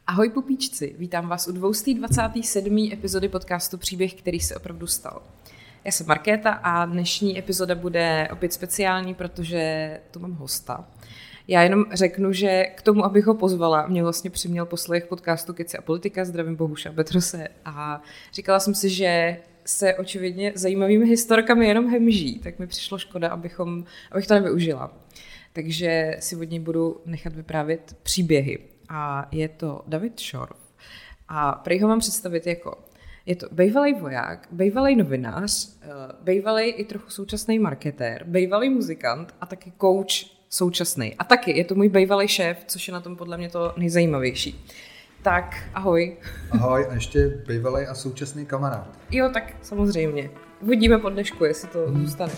Ahoj pupíčci, vítám vás u 227. epizody podcastu Příběh, který se opravdu stal. Já jsem Markéta a dnešní epizoda bude opět speciální, protože tu mám hosta. Já jenom řeknu, že k tomu, abych ho pozvala, mě vlastně přiměl poslech podcastu Keci a politika, zdravím Bohuša Petrose, a říkala jsem si, že se očividně zajímavými historkami jenom hemží, tak mi přišlo škoda, abych to nevyužila. Takže si od něj budu nechat vyprávět příběhy. A je to David Šorf. A prej ho mám představit jako, je to bývalý voják, bývalý novinář, bývalý i trochu současný marketér, bývalý muzikant a taky coach současný. A taky je to můj bývalý šéf, což je na tom podle mě to nejzajímavější. Tak, ahoj. Ahoj, a ještě bývalý a současný kamarád. Jo, tak samozřejmě. Uvidíme po dnešku, jestli to zůstane.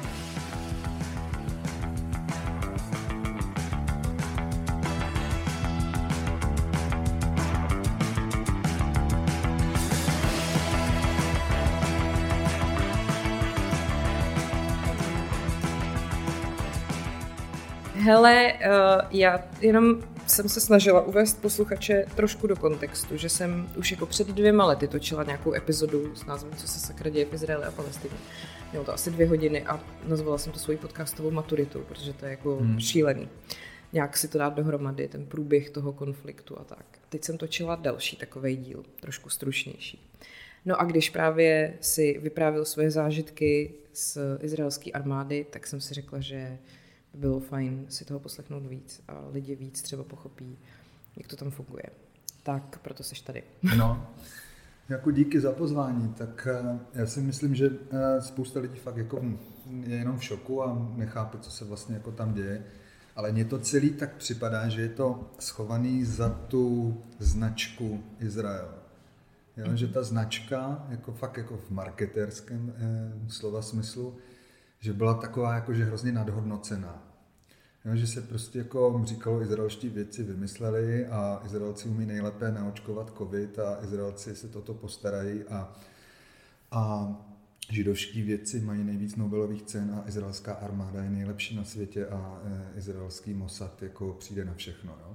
Hele, já jenom jsem se snažila uvést posluchače trošku do kontextu, že jsem už jako před 2 lety točila nějakou epizodu s názvem Co se sakra děje v Izraeli a Palestině. Mělo to asi 2 hodiny a nazvala jsem to svojí podcastovou maturitou, protože to je jako šílený. Nějak si to dát dohromady, ten průběh toho konfliktu a tak. Teď jsem točila další takovej díl, trošku stručnější. No a když právě si vyprávěl svoje zážitky z izraelské armády, tak jsem si řekla, že by bylo fajn si toho poslechnout víc a lidi víc třeba pochopí, jak to tam funguje. Tak proto seš tady. No, jako díky za pozvání, tak já si myslím, že spousta lidí fakt jako je jenom v šoku a nechápe, co se vlastně jako tam děje. Ale mně to celý tak připadá, že je to schovaný za tu značku Izrael. Jo, že ta značka, jako fakt jako v marketérském slova smyslu, že byla taková jakože hrozně nadhodnocená. Jo, že se prostě jako říkalo, izraelští vědci vymysleli a Izraelci umí nejlépe naočkovat covid a Izraelci se toto postarají a židovští vědci mají nejvíc Nobelových cen a izraelská armáda je nejlepší na světě a izraelský Mossad jako přijde na všechno. Jo.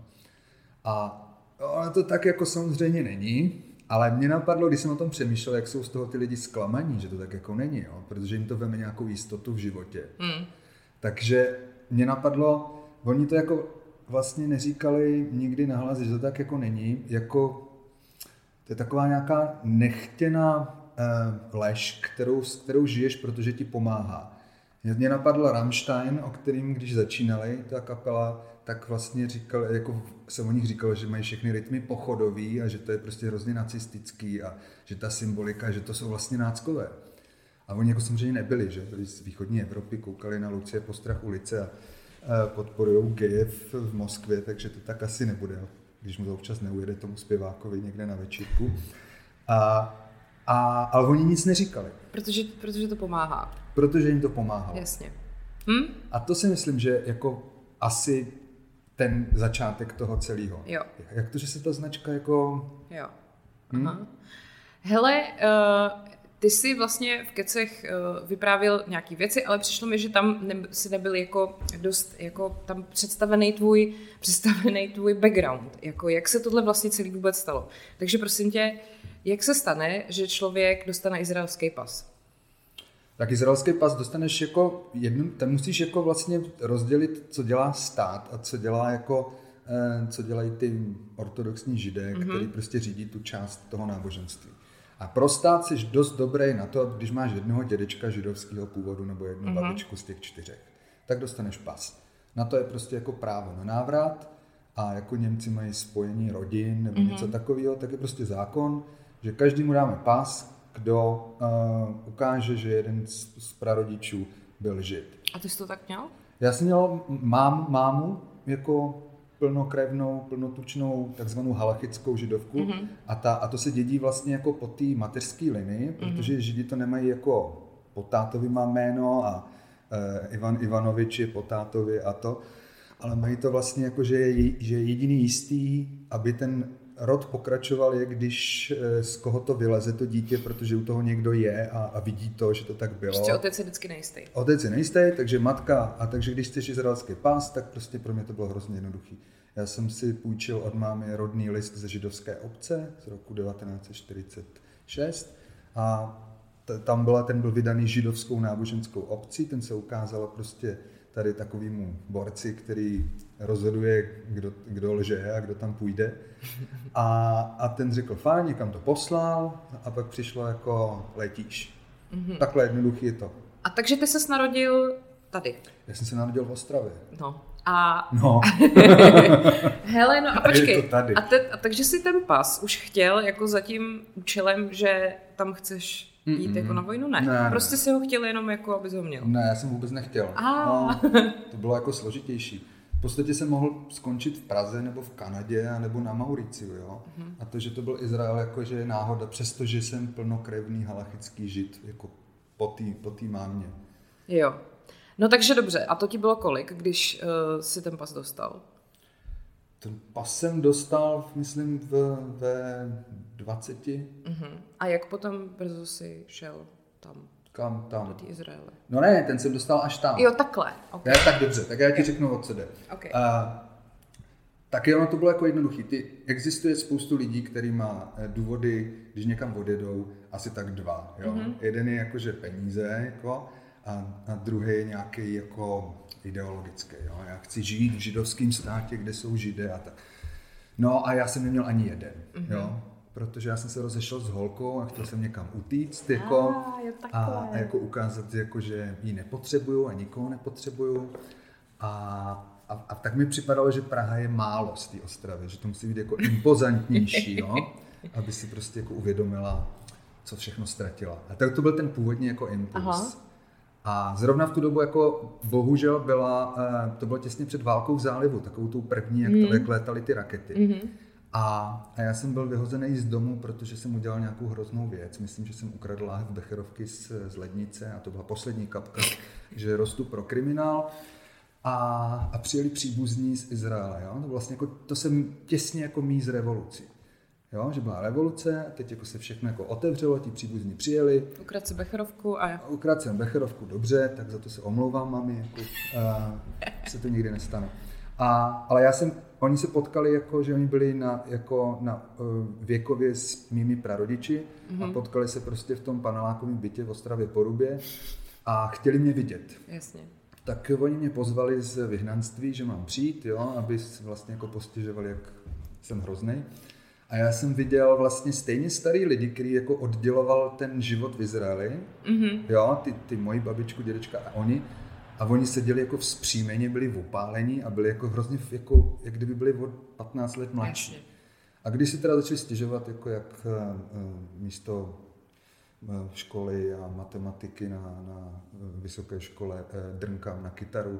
Ale to tak jako samozřejmě není. Ale mě napadlo, když jsem o tom přemýšlel, jak jsou z toho ty lidi zklamaní, že to tak jako není, jo? Protože jim to veme nějakou jistotu v životě. Takže mě napadlo, oni to jako vlastně neříkali nikdy nahlas, že to tak jako není, jako to je taková nějaká nechtěná lež, kterou žiješ, protože ti pomáhá. Mě napadl Rammstein, o kterým, když začínali ta kapela, tak vlastně jako se o nich říkalo, že mají všechny rytmy pochodový a že to je prostě hrozně nacistický a že ta symbolika, že to jsou vlastně náckové. A oni jako samozřejmě nebyli, že byli z východní Evropy, koukali na Lucie Postrach ulice a podporujou geje v Moskvě, takže to tak asi nebude, když mu to občas neujede tomu zpěvákovi někde na večírku. Ale oni nic neříkali. Protože to pomáhá. Protože jim to pomáhalo. Jasně. A to si myslím, že jako asi ten začátek toho celého. Jo. Jak to, že se ta značka jako... Jo. Aha. Hele, ty jsi vlastně v Kecech vyprávěl nějaký věci, ale přišlo mi, že tam si nebyl jako dost jako tam představený tvůj background. Jako jak se tohle vlastně celý vůbec stalo. Takže prosím tě, jak se stane, že člověk dostane izraelský pas? Tak izraelský pas dostaneš jako tam musíš jako vlastně rozdělit, co dělá stát a co dělají ty ortodoxní židé, který prostě řídí tu část toho náboženství. A pro stát jsi dost dobrý na to, když máš jednoho dědečka židovského původu nebo jednu babičku z těch 4, tak dostaneš pas. Na to je prostě jako právo na návrat a jako Němci mají spojení rodin nebo něco takového, tak je prostě zákon, že každému dáme pas, kdo ukáže, že jeden z prarodičů byl žid. A ty jsi to tak měl? Já jsem měl mámu jako plnokrevnou, plnotučnou, takzvanou halachickou židovku a to se dědí vlastně jako po té mateřské linii, protože židi to nemají jako po tátovi má jméno a Ivan Ivanovič je po tátovi a to, ale mají to vlastně jako, že je jediný jistý, aby ten rod pokračoval, je když z koho to vyleze to dítě, protože u toho někdo je a vidí to, že to tak bylo. Prostě otec je vždycky nejistý. Otec je nejistý, takže matka, a takže když chceš izraelský pás, tak prostě pro mě to bylo hrozně jednoduchý. Já jsem si půjčil od mámy rodný list ze židovské obce z roku 1946 a ten byl vydaný židovskou náboženskou obcí, ten se ukázal prostě tady takovýmu borci, který rozhoduje, kdo lže a kdo tam půjde. A ten řekl, fajn, někam to poslal a pak přišlo jako letíš. Mm-hmm. Takhle jednoduchý je to. A takže ty ses narodil tady? Já jsem se narodil v Ostravě. No. Hele, no a počkej. A takže si ten pas už chtěl jako za tím účelem, že tam chceš jít jako na vojnu? Ne. Prostě si ho chtěl jenom jako, abys ho měl. Ne, já jsem vůbec nechtěl. No, to bylo jako složitější. V podstatě jsem mohl skončit v Praze nebo v Kanadě nebo na Mauriciu, jo. A to, že to byl Izrael, jakože je náhoda, přestože jsem plnokrevný halachický žid, jako po té mámě. Jo. No takže dobře, a to ti bylo kolik, když si ten pas dostal? Ten pas jsem dostal, myslím, ve 20. A jak potom brzo si šel tam? Kam tam? Do té Izraele. No ne, ten jsem dostal až tam. Jo, takhle. Okay. Ne, tak dobře, tak já ti řeknu, o co jde. Okay. Tak ono to bylo jako jednoduchý. Existuje spoustu lidí, který má důvody, když někam odjedou, asi tak dva. Jo? Jeden je jakože peníze, jako, a druhý je nějaký jako ideologický. Jo? Já chci žít v židovském státě, kde jsou židé a tak. No a já jsem neměl ani jeden, jo? Protože já jsem se rozešel s holkou a chtěl jsem někam utíct jako, a jako ukázat, jako, že ji nepotřebuju a nikoho nepotřebuju. A tak mi připadalo, že Praha je málo z té Ostravy, že to musí být jako impozantnější, jo? Aby si prostě jako uvědomila, co všechno ztratila. A tak to byl ten původní jako impuls. A zrovna v tu dobu jako bohužel to bylo těsně před válkou v zálivu, takovou tou první, jak létaly ty rakety. A já jsem byl vyhozený z domu, protože jsem udělal nějakou hroznou věc. Myslím, že jsem ukradl láhev becherovky z lednice a to byla poslední kapka, že rostu pro kriminál. A přijeli příbuzní z Izraele. Jo? To vlastně jako, to jsem těsně jako míz revoluci. Jo? Že byla revoluce, teď jako se všechno jako otevřelo, ti příbuzní přijeli. Ukradl si becherovku a... Ukradl jsem becherovku, dobře, tak za to se omlouvám, mami, jako, se to nikdy nestane. Ale oni se potkali, jako, že oni byli na věkově s mými prarodiči a potkali se prostě v tom panelákovém bytě v Ostravě Porubě a chtěli mě vidět. Jasně. Tak oni mě pozvali z vyhnanství, že mám přijít, jo, aby vlastně jako postěžovali, jak jsem hroznej. A já jsem viděl vlastně stejně starý lidi, který jako odděloval ten život v Izraeli, jo, ty moji babičku, dědečka a oni. A oni seděli jako vzpřímeně, byli opálení a byli jako hrozně, jako, jak kdyby byli od 15 let mladší. A když se teda začali stěžovat, jako jak místo školy a matematiky na vysoké škole drnkám na kytaru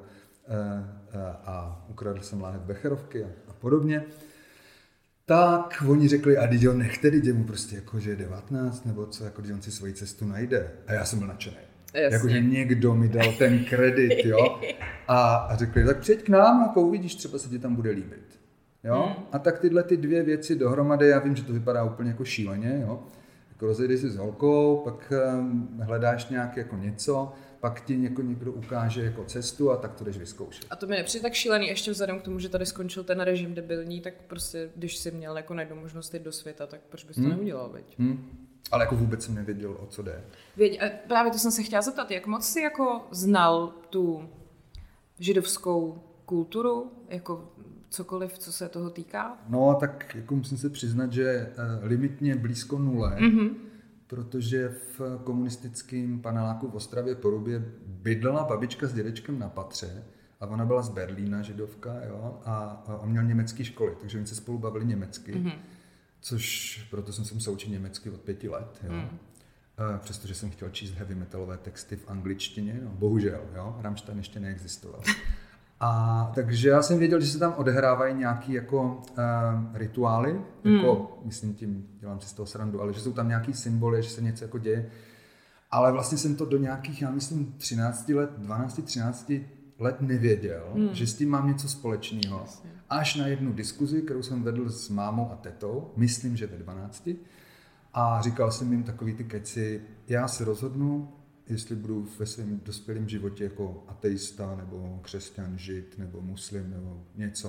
a ukradl jsem láhev becherovky a podobně, tak oni řekli, a teď ho nechte, teď mu prostě jako, že je 19, nebo co, jako když on si svoji cestu najde. A já jsem byl nadšený. Jakože někdo mi dal ten kredit, jo. A řekli, tak přijď k nám, jako uvidíš, třeba se ti tam bude líbit. Jo? A tak tyhle ty dvě věci dohromady, já vím, že to vypadá úplně jako šíleně, jo. Jako rozejdeš si s holkou, pak hledáš nějak jako něco, pak ti někdo ukáže jako cestu a tak to jdeš vyzkoušet. A to mi nepřijde tak šílený, ještě vzhledem k tomu, že tady skončil ten režim debilní, tak prostě, když jsi měl jako najdu možnost jít do světa, tak proč bys to neudělal, veď? Ale jako vůbec jsem nevěděl, o co jde. Právě to jsem se chtěla zeptat, jak moc jsi jako znal tu židovskou kulturu, jako cokoliv, co se toho týká? No, tak jako musím se přiznat, že limitně blízko nule, protože v komunistickém paneláku v Ostravě Porubě bydlela babička s dědečkem na patře a ona byla z Berlína, židovka, jo, a on měl německé školy, takže oni se spolu bavili německy, což proto jsem se musel učit německy od 5 let, jo. Přestože jsem chtěl číst heavy metalové texty v angličtině, no, bohužel, jo, Rammstein ještě neexistoval. A takže já jsem věděl, že se tam odehrávají nějaký jako rituály, jako, myslím tím, dělám si z toho srandu, ale že jsou tam nějaký symboly, že se něco jako děje. Ale vlastně jsem to do nějakých, já myslím, 12-13 let nevěděl, že s tím mám něco společného. Jasně. Až na jednu diskuzi, kterou jsem vedl s mámou a tetou, myslím, že ve 12. A říkal jsem jim takový ty keci, já se rozhodnu, jestli budu ve svém dospělém životě jako ateista, nebo křesťan, žid, nebo muslim, nebo něco.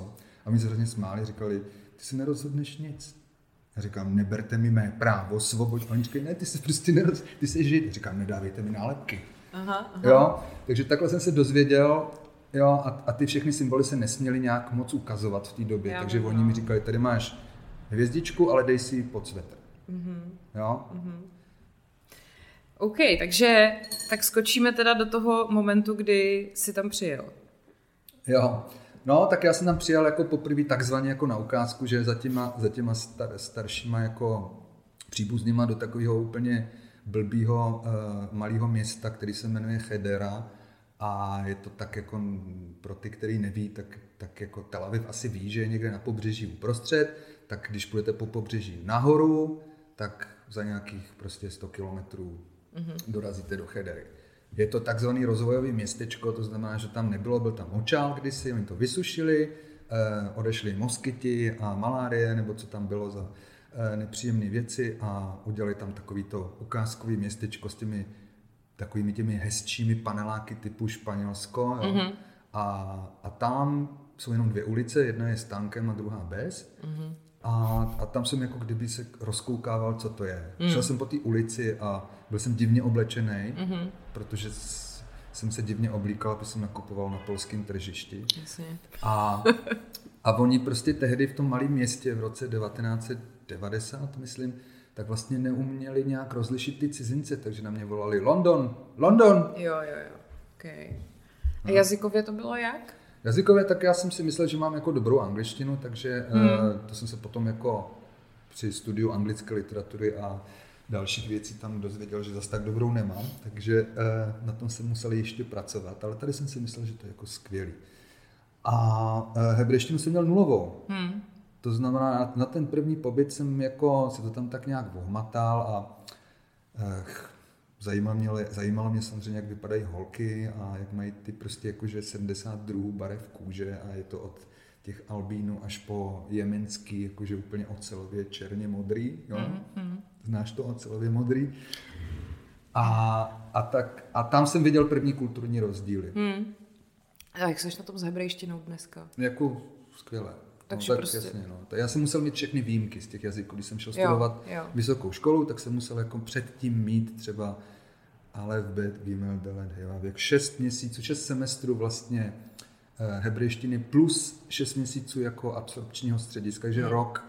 A mi se hrozně smáli, říkali, ty si nerozhodneš nic. Já říkám, neberte mi mé právo, svoboď. Oni říkají, ne, ty se prostě ty jsi žid. Říkám, nedávejte mi nálepky. Aha. Jo? Takže takhle jsem se dozvěděl, jo, a ty všechny symboly se nesměly nějak moc ukazovat v té době. Takže oni mi říkali, tady máš hvězdičku, ale dej si ji pod svetr. Jo? OK, takže tak skočíme teda do toho momentu, kdy jsi tam přijel. Jo. No, tak já jsem tam přijel jako poprvé takzvaně jako na ukázku, že za těma staršíma jako příbuznýma do takového úplně blbýho malého města, který se jmenuje Chedera, a je to tak jako pro ty, který neví, tak jako Tel Aviv asi ví, že je někde na pobřeží uprostřed, tak když půjdete po pobřeží nahoru, tak za nějakých prostě 100 kilometrů dorazíte do Chedery. Je to takzvaný rozvojový městečko, to znamená, že tam nebylo, byl tam močál kdysi, oni to vysušili, odešli moskyti a malárie, nebo co tam bylo za nepříjemné věci a udělali tam takovýto ukázkový městečko s takovými těmi hezčími paneláky typu Španělsko. Jo? A tam jsou jenom 2 ulice, jedna je s tankem a druhá bez. A tam jsem jako kdyby se rozkoukával, co to je. Šel jsem po té ulici a byl jsem divně oblečený, protože jsem se divně oblíkal, protože jsem nakupoval na polském tržišti. A oni prostě tehdy v tom malém městě v roce 1990, myslím, tak vlastně neuměli nějak rozlišit ty cizince, takže na mě volali London, London. Jo. Okay. A jazykově to bylo jak? Jazykově, tak já jsem si myslel, že mám jako dobrou angličtinu, takže to jsem se potom jako při studiu anglické literatury a dalších věcí tam dozvěděl, že zase tak dobrou nemám, takže na tom jsem musel ještě pracovat, ale tady jsem si myslel, že to je jako skvělý. A hebrejštinu jsem měl 0. To znamená, na ten první pobyt jsem jako se to tam tak nějak ohmatal a zajímalo mě samozřejmě, jak vypadají holky a jak mají ty prostě jakože 70 druhů barev kůže a je to od těch albínů až po jemenský, jakože úplně ocelově černě modrý, jo? Znáš to, ocelově modrý? A tam jsem viděl první kulturní rozdíly. A jak jsi na tom s hebrejštinou dneska? Jako skvěle. Takže tak prostě... jasně, no. Já jsem musel mít všechny výjimky z těch jazyků. Když jsem šel studovat vysokou školu, tak jsem musel jako předtím mít třeba Alef, Bet, Gimel, Dalet, Hej, Vav, 6 měsíců, 6 semestrů vlastně hebrejštiny plus 6 měsíců jako absorpčního střediska, takže rok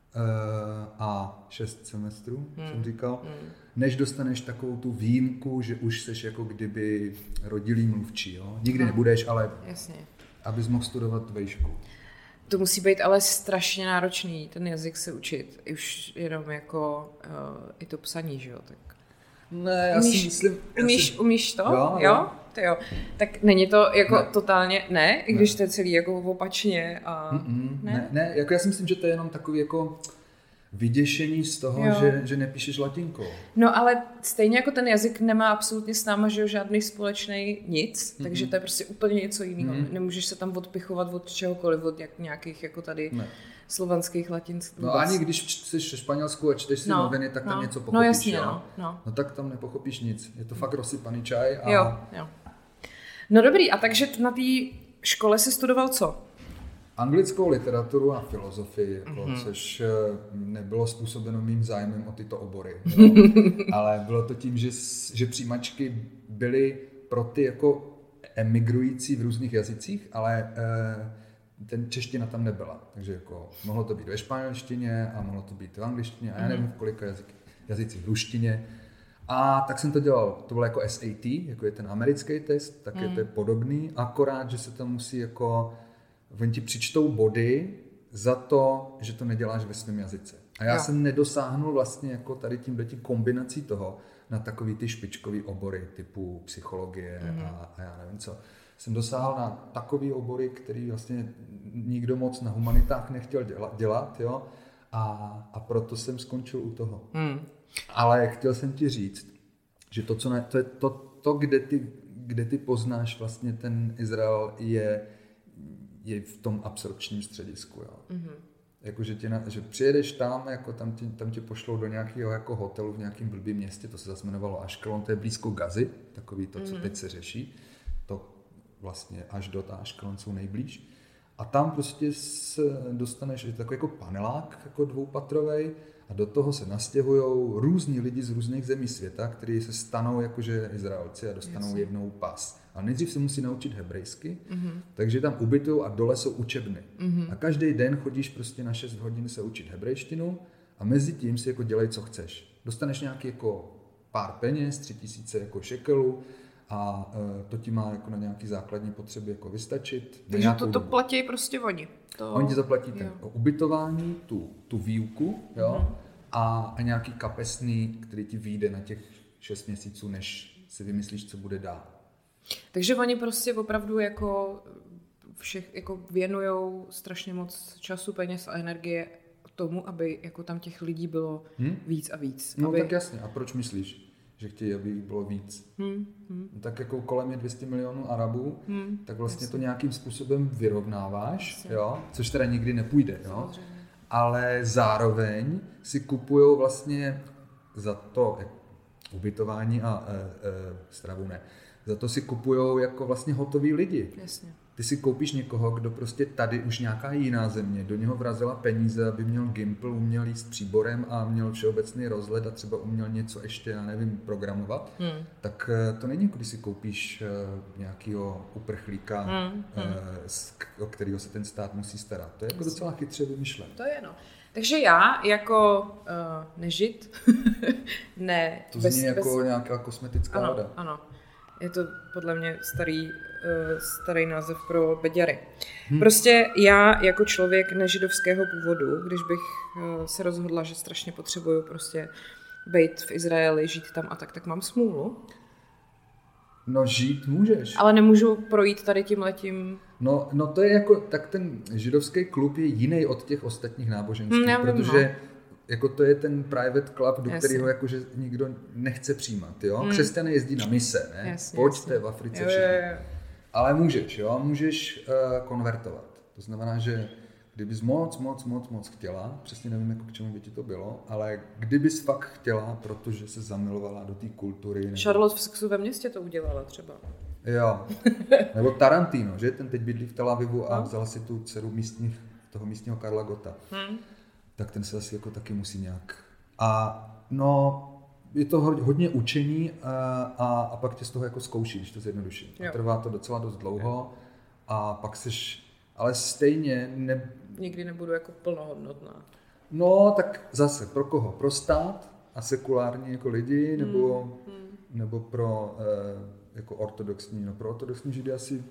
a 6 semestrů, jsem říkal, než dostaneš takovou tu výjimku, že už seš jako kdyby rodilý mluvčí. Jo? Nikdy nebudeš, ale jasně. Abys mohl studovat vejšku. To musí být ale strašně náročný, ten jazyk se učit, už jenom jako i to psaní, že jo? Tak. Ne, já si myslím... Umíš to? Jo? To jo. Tak není to jako totálně ne, i když to je celý jako opačně a... Ne, jako já si myslím, že to je jenom takový jako vyděšení z toho, že nepíšeš latinkou. No ale stejně jako ten jazyk nemá absolutně s náma, že jo, žádný společný nic, takže to je prostě úplně něco jiného. Nemůžeš se tam odpichovat od čehokoliv, od nějakých jako tady slovanských, latinských. No ani když jsi v Španělsku a čteš si noviny, tak tam něco pochopíš. No jasně, no tak tam nepochopíš nic. Je to fakt rozsypaný čaj. A... Jo. No dobrý, a takže na té škole jsi studoval co? Anglickou literaturu a filozofii, což nebylo způsobeno mým zájmem o tyto obory. Ale bylo to tím, že přijímačky byly pro ty jako emigrující v různých jazycích, ale ten čeština tam nebyla. Takže jako mohlo to být ve španělštině a mohlo to být v angličtině a já nevím v kolika jazycích v ruštině. A tak jsem to dělal, to bylo jako SAT, jako je ten americký test, tak je to podobný, akorát, že se tam musí jako oni ti přičtou body za to, že to neděláš ve svém jazyce. A já jsem nedosáhnul vlastně jako tady tímhletím kombinací toho na takový ty špičkový obory typu psychologie a já nevím co. Jsem dosáhl na takový obory, který vlastně nikdo moc na humanitách nechtěl dělat, jo? A proto jsem skončil u toho. Ale chtěl jsem ti říct, že to je to kde ty poznáš vlastně ten Izrael je v tom absorpčním středisku. Jo. Jako, že přijedeš tam, jako tam tě pošlou do nějakého jako hotelu v nějakém blbým městě, to se zase jmenovalo Ashkelon, to je blízko Gazy, takový to, co teď se řeší, to vlastně až do Ashkelon jsou nejblíž. A tam prostě se dostaneš i takový jako panelák, jako dvoupatrovej, a do toho se nastěhujou různí lidi z různých zemí světa, kteří se stanou jakože Izraelci a dostanou jednou pas. A nejdřív se musí naučit hebrejsky, takže tam ubytují a dole jsou učebny. A každý den chodíš prostě na 6 hodin se učit hebrejštinu a mezi tím si jako dělej, co chceš. Dostaneš nějaký jako pár peněz, 3000 jako šekelů, a to ti má jako na nějaký základní potřeby jako vystačit. Takže to platí prostě oni. Oni ti zaplatí ten ubytování, tu výuku, jo, a nějaký kapesný, který ti vyjde na těch 6 měsíců, než si vymyslíš, co bude dál. Takže oni prostě opravdu jako věnujou strašně moc času, peněz a energie tomu, aby jako tam těch lidí bylo víc a víc. No tak jasně. A proč myslíš, že chtějí, aby jich bylo víc? Tak jako kolem je 200 milionů Arabů, tak vlastně to nějakým způsobem vyrovnáváš, jo? Což teda nikdy nepůjde. Jo? Ale zároveň si kupujou vlastně za to ubytování a stravu ne. Za to si kupujou jako vlastně hotoví lidi. Jasně. Ty si koupíš někoho, kdo prostě tady už nějaká jiná země, do něho vrazila peníze, aby měl gimpl, uměl jíst příborem a měl všeobecný rozhled a třeba uměl něco ještě, já nevím, programovat. Tak to není, když si koupíš nějakého uprchlíka, o kterého se ten stát musí starat. To je jako docela chytře vymyšlené. To je no. Takže já jako nežid, ne... To zní jako nějaká kosmetická voda. Ano. Je to podle mě starý název pro beďary. Prostě já jako člověk nežidovského původu, když bych se rozhodla, že strašně potřebuju prostě být v Izraeli, žít tam a tak mám smůlu. No žít můžeš. Ale nemůžu projít tady tímhletím. No to je jako, tak ten židovský klub je jiný od těch ostatních náboženství, protože jako to je ten private club, do kterého jakože nikdo nechce přijímat, jo. Křesťané jezdí na mise, ne? Jasně, Pojďte v Africe všichni. Ale můžeš konvertovat. To znamená, že kdybys moc chtěla, přesně nevím, jako k čemu by ti to bylo, ale kdybys fakt chtěla, protože se zamilovala do té kultury. Nebo... Charlotte v Sexu ve městě to udělala třeba. Jo. Nebo Tarantino, že? Ten teď bydlí v Tel Avivu a vzala si tu dceru toho místního Karla Gotta. Tak ten se asi jako taky musí nějak... A no, je to hodně učení a pak tě z toho jako zkouší, když to zjednoduší. A trvá to docela dost dlouho a pak seš... Ale stejně... Nikdy nebudu jako plnohodnotná. No, tak zase, pro koho? Pro stát a sekulární jako lidi, nebo pro jako ortodoxní? No pro ortodoxní židy asi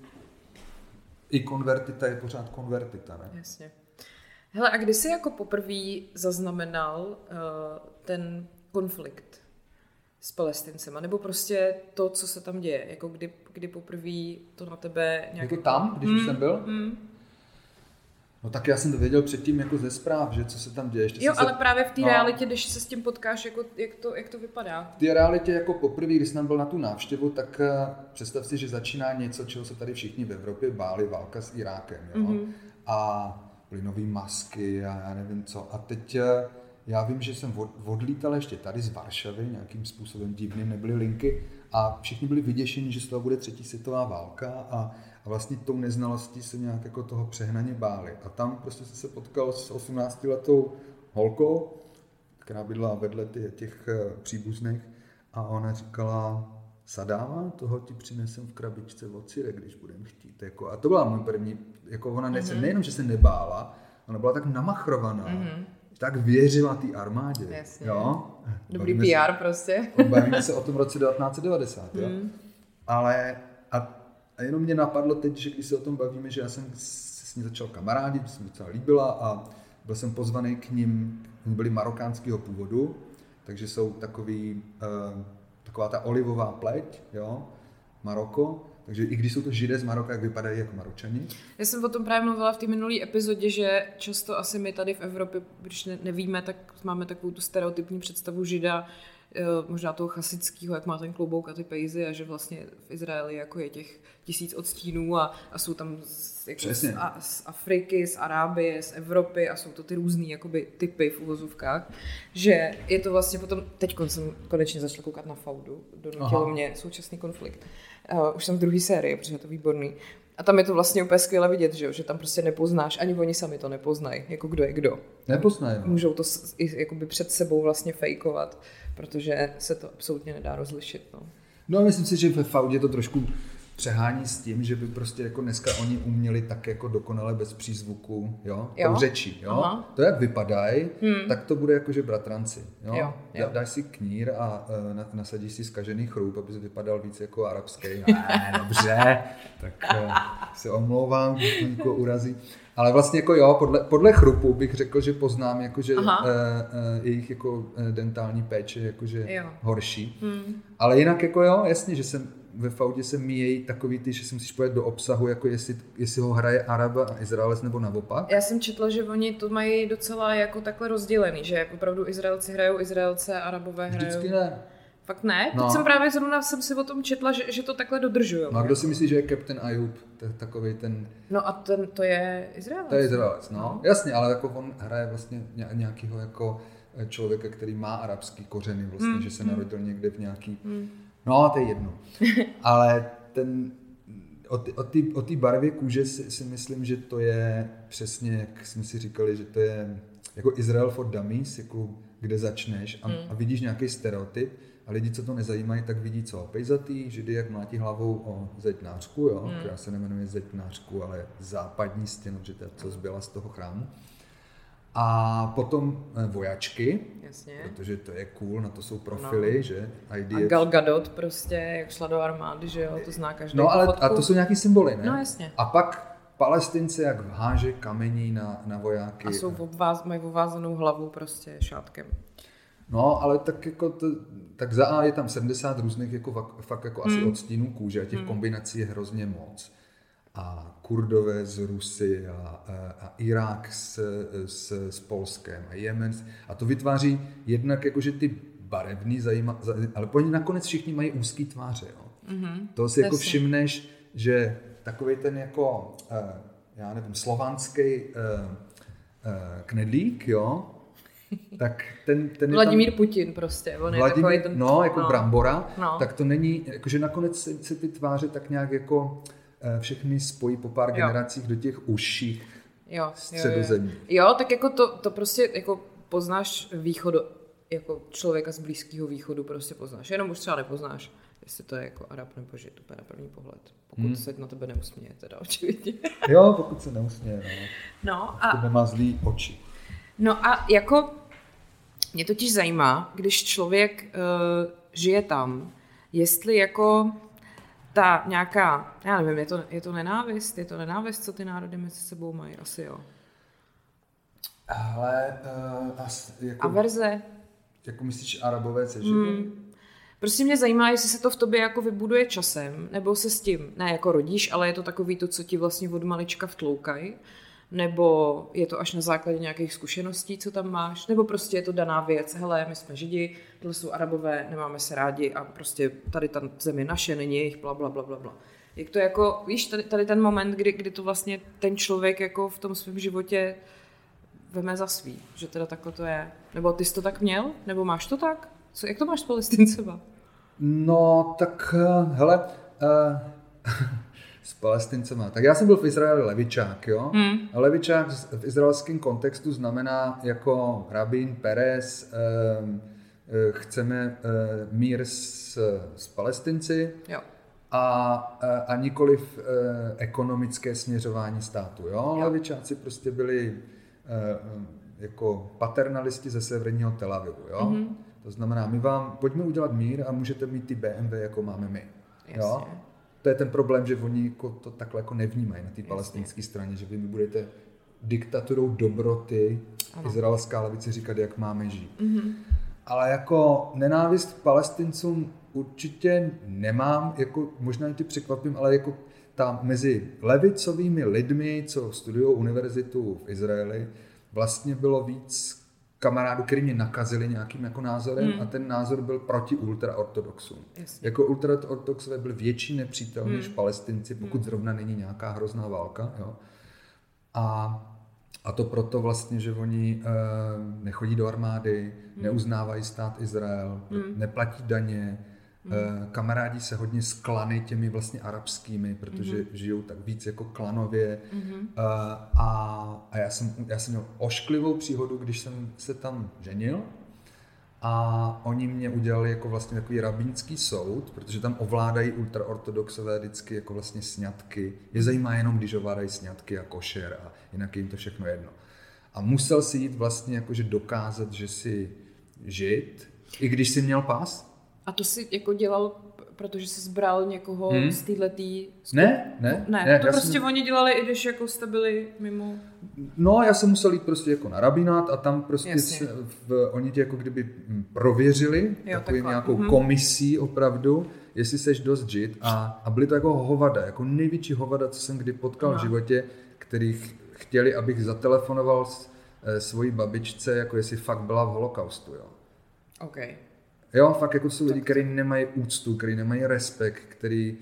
i konvertita je pořád konvertita, ne? Jasně. Hele, a kdy jsi jako poprvé zaznamenal ten konflikt s Palestincema? Nebo prostě to, co se tam děje? Jako kdy poprvé to na tebe nějak... Jako tam, když už jsem byl? No tak já jsem to věděl předtím jako ze zpráv, že co se tam děje. Ještě ale právě v té realitě, když se s tím potkáš, jako, jak to vypadá? V té realitě jako poprvé, když jsem byl na tu návštěvu, tak představ si, že začíná něco, čeho se tady všichni v Evropě báli, válka s Irákem. Jo? A byly nový masky a já nevím co. A teď já vím, že jsem odlítal ještě tady z Varšavy, nějakým způsobem divným, nebyly linky a všichni byli vyděšeni, že z toho bude 3. světová válka a vlastně tou neznalostí se nějak jako toho přehnaně báli. A tam prostě jsem se potkal s 18letou holkou, která bydla vedle těch příbuzných a ona říkala: Sadáma, toho ti přinesem v krabičce od syrek, když budem chtít. Jako, a to byla můj první, jako ona nejenom, že se nebála, ona byla tak namachrovaná, tak věřila té armádě. Jasně. Jo? Dobrý PR prostě. Bavíme se o tom roce 1990. Jo? Ale a jenom mě napadlo teď, že když se o tom bavíme, že já jsem se s ní začal kamarádit, že se mi docela líbila a byl jsem pozvaný k nim, oni byli marokánského původu, takže jsou taková ta olivová pleť, jo, Maroko, takže i když jsou to Židé z Maroka, jak vypadají jako Maročani. Já jsem o tom právě mluvila v té minulé epizodě, že často asi my tady v Evropě, když nevíme, tak máme takovou tu stereotypní představu Žida, možná toho chasického, jak má ten klobouk a ty pejzy a že vlastně v Izraeli jako je těch 1000 odstínů a jsou tam z Afriky, z Arábie, z Evropy a jsou to ty různý jakoby typy v uvozovkách, že je to vlastně potom, teď jsem konečně začala koukat na Faudu, donutilo mě současný konflikt. Už jsem v druhé sérii, protože je to výborný. A tam je to vlastně úplně skvěle vidět, že tam prostě nepoznáš, ani oni sami to nepoznají, jako kdo je kdo. Nepoznají. Můžou to jakoby před sebou vlastně fejkovat, protože se to absolutně nedá rozlišit. No a myslím si, že ve Faudě to trošku přehání s tím, že by prostě jako dneska oni uměli tak jako dokonale bez přízvuku, tou řečí, To, jak vypadají, tak to bude jako, že bratranci, Jo. Dáš si knír a nasadíš si zkažený chrup, aby vypadal víc jako arabský. Dobře, tak se omlouvám, když to někoho urazí. Ale vlastně jako podle chrupu bych řekl, že poznám, jako, že jejich jako dentální péče je jakože horší. Ale jinak jako jasně, že ve Faudě se míjejí takový ty, že si musíš pojet do obsahu, jako jestli ho hraje Araba a Izraelec nebo naopak. Já jsem četla, že oni to mají docela jako takhle rozdělený, že jako opravdu Izraelci hrajou Izraelce a Arabové hrajou. Vždycky ne. Fakt ne? No. Teď jsem právě zrovna si o tom četla, že to takhle dodržujou. No a kdo si myslí, že je Captain Ayub? Takovej ten... No a to je Izraelec. To je Izraelec, no. Jasně, ale jako on hraje vlastně nějakýho jako člověka, který má arabský kořeny vlastně, že se narodil někde v nějaký... No, to je jedno. Ale o té barvě kůže si myslím, že to je přesně, jak jsme si říkali, že to je jako Israel for Dummies, jako kde začneš a vidíš nějaký stereotyp a lidi, co to nezajímají, tak vidí co? Pejzatý, židy, jak mlátí hlavou o zeďnářku, která se nemenuje zeďnářku, ale západní stěnu, že to je co zbyla z toho chrámu. A potom vojačky, jasně. Protože to je cool, na to jsou profily, že? IDF. A Gal Gadot prostě, jak šla do armády, že jo, to zná každý. No ale a to jsou nějaký symboly, ne? No jasně. A pak Palestinci jak háže kamení na vojáky. A jsou mají ovázanou hlavu prostě šátkem. No, ale tak jako tak za A je tam 70 různých jako fakt jako asi odstínů kůže a těch kombinací je hrozně moc. A Kurdové z Rusy a Irák s Polskem a Jemen. A to vytváří jednak jakože ty barevný ale oni nakonec všichni mají úzký tváře. Jo. To si jako všimneš, že takový ten jako, já nevím, slovanský knedlík, jo, tak ten Vladimír Putin prostě, on je takový ten... No, jako brambora, tak to není, jakože nakonec se ty tváře tak nějak jako všechny spojí po pár generacích do těch užších středozemí. Jo, tak jako to prostě jako poznáš východu, jako člověka z Blízkého východu prostě poznáš, jenom už třeba nepoznáš, jestli to je jako Arab nebo Žid, úplně na první pohled. Pokud se na tebe neusměje, teda očividně. Jo, pokud se neusměje, no. A nemá zlý oči. No a jako mě totiž zajímá, když člověk žije tam, jestli jako ta nějaká, já nevím, je to nenávist, co ty národy mezi sebou mají, asi jo. Ale jako... Averze. Jako myslíš Arabové se Židy? Prostě mě zajímá, jestli se to v tobě jako vybuduje časem, nebo se s tím, ne jako rodíš, ale je to takový to, co ti vlastně od malička vtloukají, nebo je to až na základě nějakých zkušeností, co tam máš, nebo prostě je to daná věc, hele, my jsme Židi, tohle jsou Arabové, nemáme se rádi a prostě tady ta země naše, není jejich, blablabla. Jak to jako, víš, tady ten moment, kdy to vlastně ten člověk jako v tom svém životě veme za svý, že teda takhle to je. Nebo ty jsi to tak měl? Nebo máš to tak? Jak to máš s Palestincema? No, tak hele, s Palestincema. Tak já jsem byl v Izraeli levičák, jo? A levičák v izraelském kontextu znamená jako rabín Perez, chceme mír s Palestinci a nikoliv ekonomické směřování státu, jo? Levičáci prostě byli jako paternalisti ze severního Tel Avivu, jo? To znamená, pojďme udělat mír a můžete mít ty BMW, jako máme my, jo? To je ten problém, že oni jako to takhle jako nevnímají na té palestinské straně, že vy budete diktaturou dobroty, izraelská levice říkat, jak máme žít. Ale jako nenávist k Palestincům určitě nemám, jako možná ty překvapím, ale jako tam mezi levicovými lidmi, co studují univerzitu v Izraeli, vlastně bylo víc kamarádů, který mě nakazili nějakým jako názorem a ten názor byl proti ultraortodoxům. Jako ultraortodoxové byli větší nepřítel než Palestinci, pokud zrovna není nějaká hrozná válka. Jo. A to proto vlastně, že oni nechodí do armády, neuznávají stát Izrael, neplatí daně, Kamarádi se hodně s klany těmi vlastně arabskými, protože žijou tak víc jako klanově. A já jsem měl ošklivou příhodu, když jsem se tam ženil a oni mě udělali jako vlastně takový rabínský soud, protože tam ovládají ultraortodoxové vždycky jako vlastně sňatky. Je zajímá jenom, když ovládají sňatky a košer a jinak je jim to všechno jedno. A musel si jít vlastně jakože dokázat, že jsi žid, i když jsi měl pas. A to si jako dělal, protože jsi zbral někoho z téhletý... Ne. To prostě oni dělali, i když jako jste byli mimo... No, já jsem musel jít prostě jako na rabinát a tam prostě oni tě jako kdyby prověřili takovou nějakou komisí opravdu, jestli seš dost žid a byli to jako hovada, jako největší hovada, co jsem kdy potkal v životě, kterých chtěli, abych zatelefonoval svojí babičce, jako jestli fakt byla v holokaustu, jo. Okay. Jo, fakt jako jsou lidi, kteří nemají úctu, kteří nemají respekt, který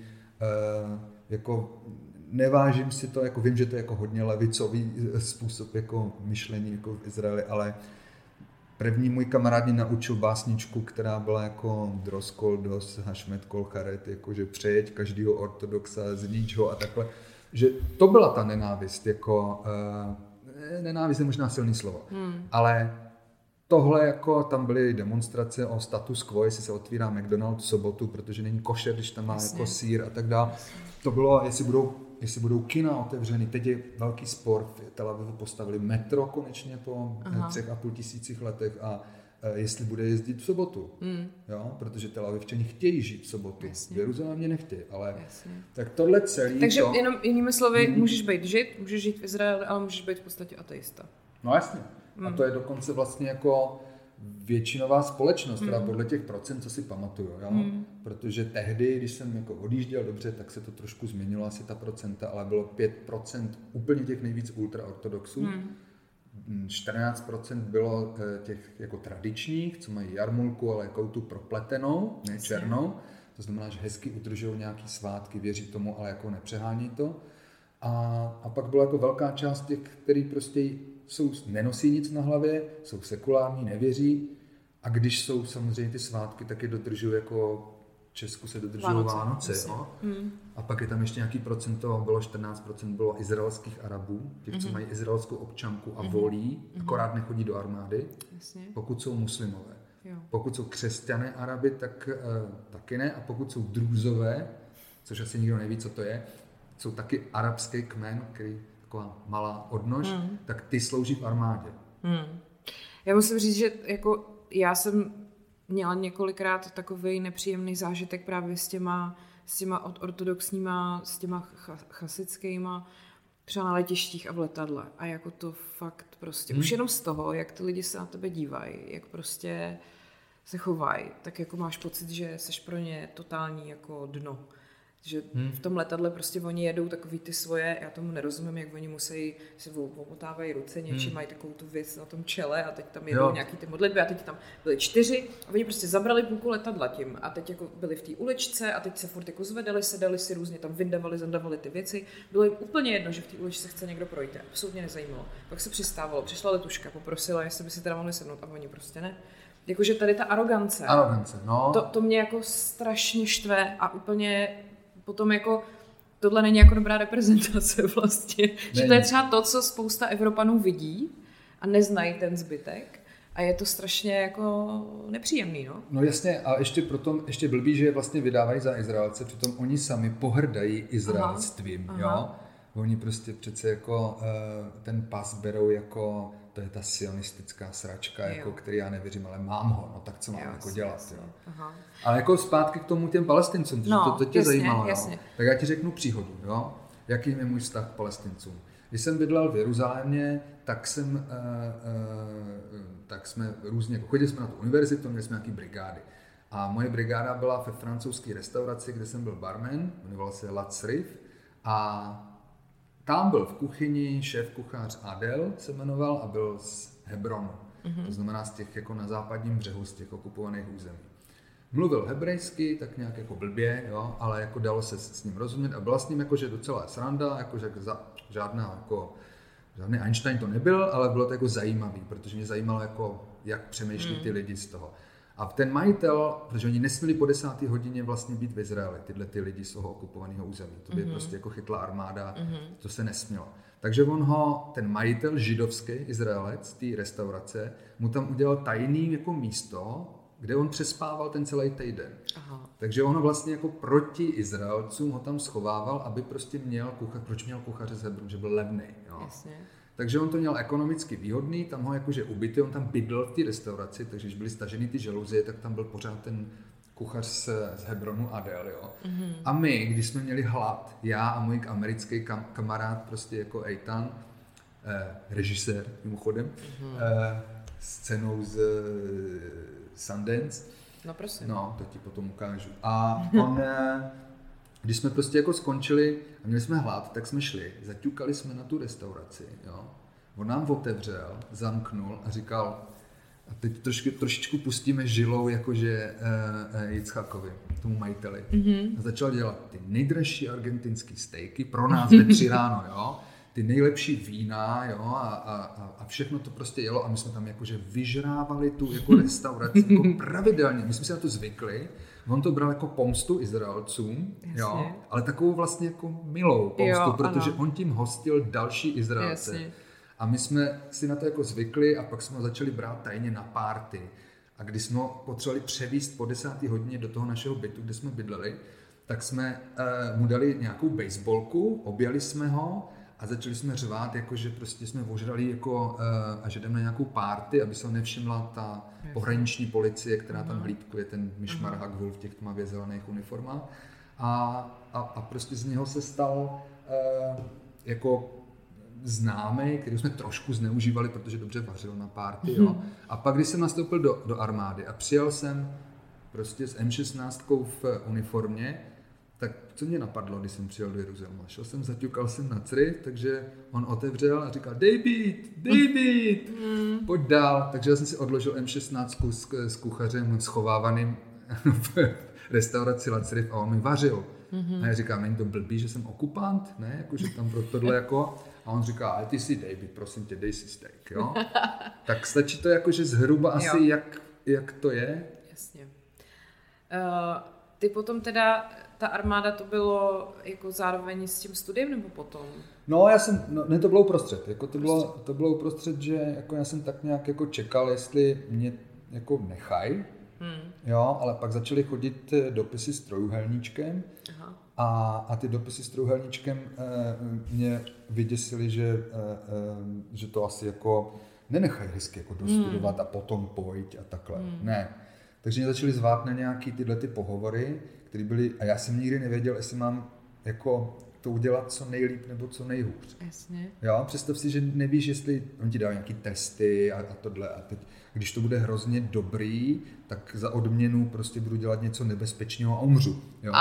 jako nevážím si to, jako vím, že to je jako hodně levicový způsob jako myšlení jako v Izraeli, ale první můj kamarád mě naučil básničku, která byla jako Droskol dos Hašmet kol charet, jakože přejeď každýho ortodoxa, znič ho a takhle. Že to byla ta nenávist, jako nenávist je možná silný slovo, ale tohle jako tam byly demonstrace o status quo, jestli se otvírá McDonald's v sobotu, protože není košer, když tam má jako sýr a tak dále. To bylo, jestli budou kina otevřeny. Teď je velký spor, v Tel Avivu postavili metro konečně po 3,5 tisících letech a jestli bude jezdit v sobotu. Jo? Protože Tel Avivčani chtějí žít v sobotu. V Jeruzalémě nechtějí, ale tak tohle celý. Takže jenom jinými slovy, můžeš být žid, můžeš žít v Izraeli, ale můžeš být v podstatě ateista. No jasně. A to je dokonce vlastně jako většinová společnost, teda podle těch procent, co si pamatuju, jo? Protože tehdy, když jsem jako odjížděl dobře, tak se to trošku změnilo asi ta procenta, ale bylo 5% úplně těch nejvíc ultraortodoxů, 14% bylo těch jako tradičních, co mají jarmulku, ale jako tu propletenou, ne černou, to znamená, že hezky udržují nějaký svátky, věří tomu, ale jako nepřehání to. A pak byla jako velká část těch, který prostě nenosí nic na hlavě, jsou sekulární, nevěří a když jsou samozřejmě ty svátky, tak je dodržují jako v Česku se dodržují Vánoce. No? A pak je tam ještě nějaký procento, bylo 14% bylo izraelských Arabů, těch, co mají izraelskou občanku a volí, akorát nechodí do armády, pokud jsou muslimové. Pokud jsou křesťané Araby, tak taky ne a pokud jsou drúzové, což asi nikdo neví, co to je, jsou taky arabský kmen, který taková malá odnož, tak ty slouží v armádě. Já musím říct, že jako já jsem měla několikrát takový nepříjemný zážitek právě s těma ortodoxníma, s těma chasickýma, třeba na letištích a v letadle. A jako to fakt prostě, už jenom z toho, jak ty lidi se na tebe dívají, jak prostě se chovají, tak jako máš pocit, že seš pro ně totální jako dno. Že v tom letadle prostě oni jedou takový ty svoje, já tomu nerozumím, jak oni musí, se omotávají ruce něčím, mají takovou tu věc na tom čele a teď tam jedou nějaký ty modlitby a teď tam byli 4 a oni prostě zabrali půlku letadla tím a teď jako byli v té uličce a teď se furt jako zvedali, sedali si různě, tam vyndavali, zandavali ty věci. Bylo jim úplně jedno, že v té uličce chce někdo projít, absolutně nezajímalo. Pak se přistávalo, přišla letuška, poprosila, jestli by si teda mohli sednout a oni prostě ne. Jakože tady ta arogance, no. To mě jako strašně štve a úplně potom jako tohle není jako dobrá reprezentace vlastně. Že to je třeba to, co spousta Evropanů vidí a neznají ten zbytek a je to strašně jako nepříjemný, no. No jasně a ještě blbý, že je vlastně vydávají za Izraelce, přitom oni sami pohrdají izraelstvím, jo. Oni prostě přece jako ten pas berou jako, to je ta sionistická sračka, jako, který já nevěřím, ale mám ho, no tak co mám jako dělat, jo. Ale jako zpátky k tomu těm Palestincům, to tě zajímalo, jasně. Tak já ti řeknu příhodu, jo, jaký je můj vztah k Palestincům. Když jsem bydlel v Jeruzalémě, tak jsme různě, jako chodili jsme na tu univerzitu, měli jsme nějaký brigády. A moje brigáda byla ve francouzské restauraci, kde jsem byl barman, jmenoval se La Crif, a tam byl v kuchyni šéf-kuchař Adel se jmenoval a byl z Hebronu. To znamená z těch jako na západním břehu, z těch okupovaných území. Mluvil hebrejsky, tak nějak jako blbě, jo, ale jako dalo se s ním rozumět a byla s ním jakože docela sranda, jakože žádný Einstein to nebyl, ale bylo to jako zajímavý, protože mě zajímalo, jako, jak přemýšlí ty lidi z toho. A ten majitel, protože oni nesměli po 10. hodině vlastně být v Izraeli, tyhle ty lidi z toho okupovaného území. To by prostě jako chytla armáda, to se nesmělo. Takže ten majitel židovský, Izraelec, té restaurace, mu tam udělal tajný jako místo, kde on přespával ten celý týden. Aha. Takže on vlastně jako proti Izraelcům ho tam schovával, aby prostě měl proč měl kuchaře z Hebronu, že byl levný. Jasně. Takže on to měl ekonomicky výhodný, tam ho jakože ubyty, on tam bydlel v té restauraci, takže když byly staženy ty žaluzie, tak tam byl pořád ten kuchař z Hebronu Adel, jo. Mm-hmm. A my, když jsme měli hlad, já a můj americký kamarád, prostě jako Eitan, režisér mimochodem, s cenou z Sundance. No prosím. No, to ti potom ukážu. A on, když jsme prostě jako skončili a měli jsme hlad, tak jsme šli, zaťukali jsme na tu restauraci, jo. On nám otevřel, zamknul a říkal, a teď trošičku pustíme žilou jakože Jicchakovi, tomu majiteli. Mm-hmm. A začal dělat ty nejdražší argentinský stejky pro nás ve 3 ráno, jo. Ty nejlepší vína, jo, a všechno to prostě jelo a my jsme tam jakože vyžrávali tu jako restauraci jako pravidelně. My jsme si na to zvykli. On to bral jako pomstu Izraelcům, jo, ale takovou vlastně jako milou pomstu, jo, protože on tím hostil další Izraelce. Jasně. A my jsme si na to jako zvykli a pak jsme ho začali brát tajně na party. A když jsme ho potřebovali převízt po 10. hodině do toho našeho bytu, kde jsme bydleli, tak jsme mu dali nějakou baseballku, objali jsme ho a začali jsme řvát, jako že prostě jsme ožrali jako, a že jdeme na nějakou party, aby se ho nevšimla ta pohraniční policie, která tam hlídkuje ten Mishmar Hagvul v těch tmavě zelených uniformách. A prostě z něho se stal jako známý, který jsme trošku zneužívali, protože dobře vařil na party. Jo. A pak, když jsem nastoupil do armády a přijel jsem prostě s M16 v uniformě, tak co mě napadlo, když jsem přijel do Jeruzaléma? Šel jsem, zaťukal jsem na cry, takže on otevřel a říkal David, pojď dál. Takže já jsem si odložil M16 s kuchařem schovávaným v restauraci Lacryv a on mi vařil. A já říkám, není to blbý, že jsem okupant, ne, jakože tam pro tohle jako, a on říká, ale ty jsi David, prosím tě, dej si steak, jo. Tak stačí to jakože zhruba asi, jak to je. Jasně. Ty potom teda, ta armáda to bylo jako zároveň s tím studiem nebo potom? No, to bylo uprostřed, jako to bylo uprostřed, že jako já jsem tak nějak jako čekal, jestli mě jako nechají. Jo, ale pak začaly chodit dopisy s trojúhelníčkem. Aha. A ty dopisy s trojúhelníčkem mě vyděsily, že to asi jako nenechají hezky jako dostudovat a potom pojď a takhle. Ne. Takže mě začaly zvát na nějaký tyhle ty pohovory, které byly, a já jsem nikdy nevěděl, jestli mám jako to udělat co nejlíp nebo co nejhůř. Jasně. Jo, představ si, že nevíš, jestli on ti dá nějaký testy a tohle a teď, když to bude hrozně dobrý, tak za odměnu prostě budu dělat něco nebezpečného a umřu. Jo?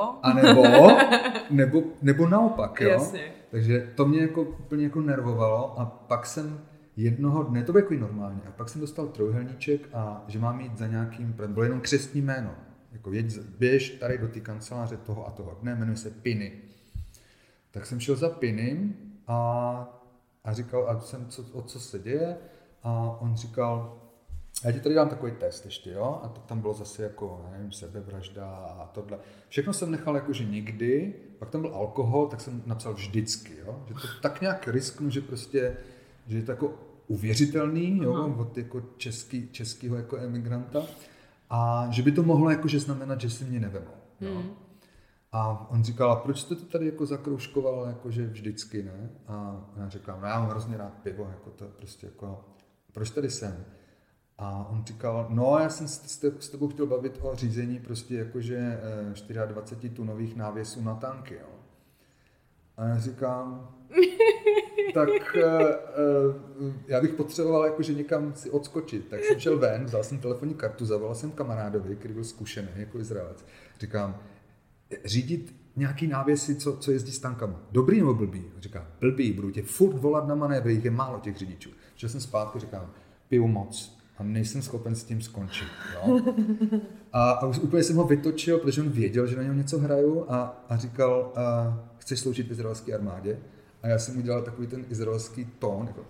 Nebo naopak, jo. Jasně. Takže to mě jako úplně jako nervovalo a pak jsem jednoho dne, to bylo jako normálně, a pak jsem dostal trojúhelníček a že mám jít za nějakým, bylo jenom křestní jméno, jako běž tady do té kanceláře toho a toho dne, jmenuje se Piny. Tak jsem šel za Pinem a říkal, o co se děje, a on říkal, já ti tady dám takový test ještě, jo, a to tam bylo zase jako, nevím, sebevražda a tohle. Všechno jsem nechal jakože nikdy, pak tam byl alkohol, tak jsem napsal vždycky, jo, že to tak nějak risknu, že prostě, že je to jako uvěřitelný, jo, od jako českýho jako emigranta, a že by to mohlo jakože znamenat, že si mě nevemou, jo. A on říkal, a proč jste to tady jako zakroužkoval, jakože vždycky, ne? A já říkám, já mám hrozně rád pivo, jako to prostě jako, proč tady jsem? A on říkal, no, já jsem s tebou chtěl bavit o řízení prostě jakože 24 tunových návěsů na tanky, jo. A já říkám, tak já bych potřeboval jakože někam si odskočit. Tak jsem šel ven, vzal jsem telefonní kartu, zavolal jsem kamarádovi, který byl zkušený jako Izraelec. Říkám, řídit nějaký návěsy, co jezdí s tankama. Dobrý nebo blbý? Říká, blbý, budu tě furt volat na manévry, je málo těch řidičů. Šel jsem zpátky, říkám, piju moc a nejsem schopen s tím skončit. Jo? A úplně jsem ho vytočil, protože on věděl, že na něm něco hraju, a říkal, chceš sloužit v izraelské armádě? A já jsem udělal takový ten izraelský tón, jako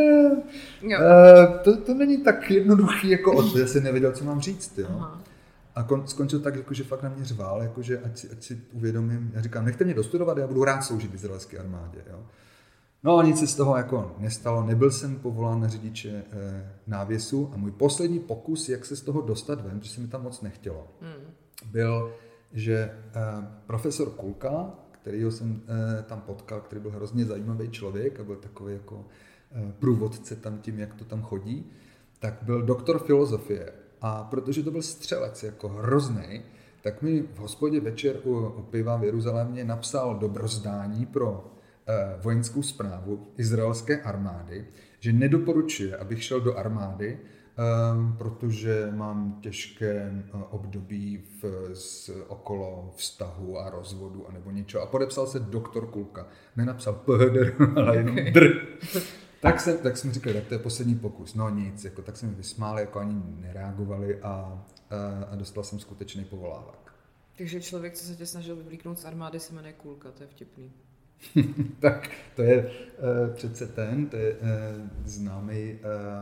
to není tak jednoduchý, jako já jsem nevěděl, co mám říct, jo. Aha. A skončil tak, jako, že fakt na mě řval, jako, že ať si uvědomím, já říkám, nechte mě dostudovat, já budu rád sloužit izraelské armádě, jo. No a nic se z toho jako nestalo, nebyl jsem povolán na řidiče návěsu a můj poslední pokus, jak se z toho dostat ven, protože se mi tam moc nechtělo, byl, že profesor Kulka, kterýho jsem tam potkal, který byl hrozně zajímavý člověk a byl takový jako průvodce tam tím, jak to tam chodí, tak byl doktor filozofie. A protože to byl střelec jako hrozný, tak mi v hospodě večer u piva v Jeruzalémě napsal dobrozdání pro vojenskou správu izraelské armády, že nedoporučuje, abych šel do armády, protože mám těžké období okolo vztahu a rozvodu a nebo něčeho. A podepsal se doktor Kulka. Nenapsal PHDR, ale jenom dr. Tak jsem říkal, tak to je poslední pokus. No nic, jako, tak jsem mi vysmáli, jako ani nereagovali a dostal jsem skutečný povolávák. Takže člověk, co se tě snažil vyvlíknout z armády, se jmenuje Kulka, to je vtipný. Tak to je přece to je známý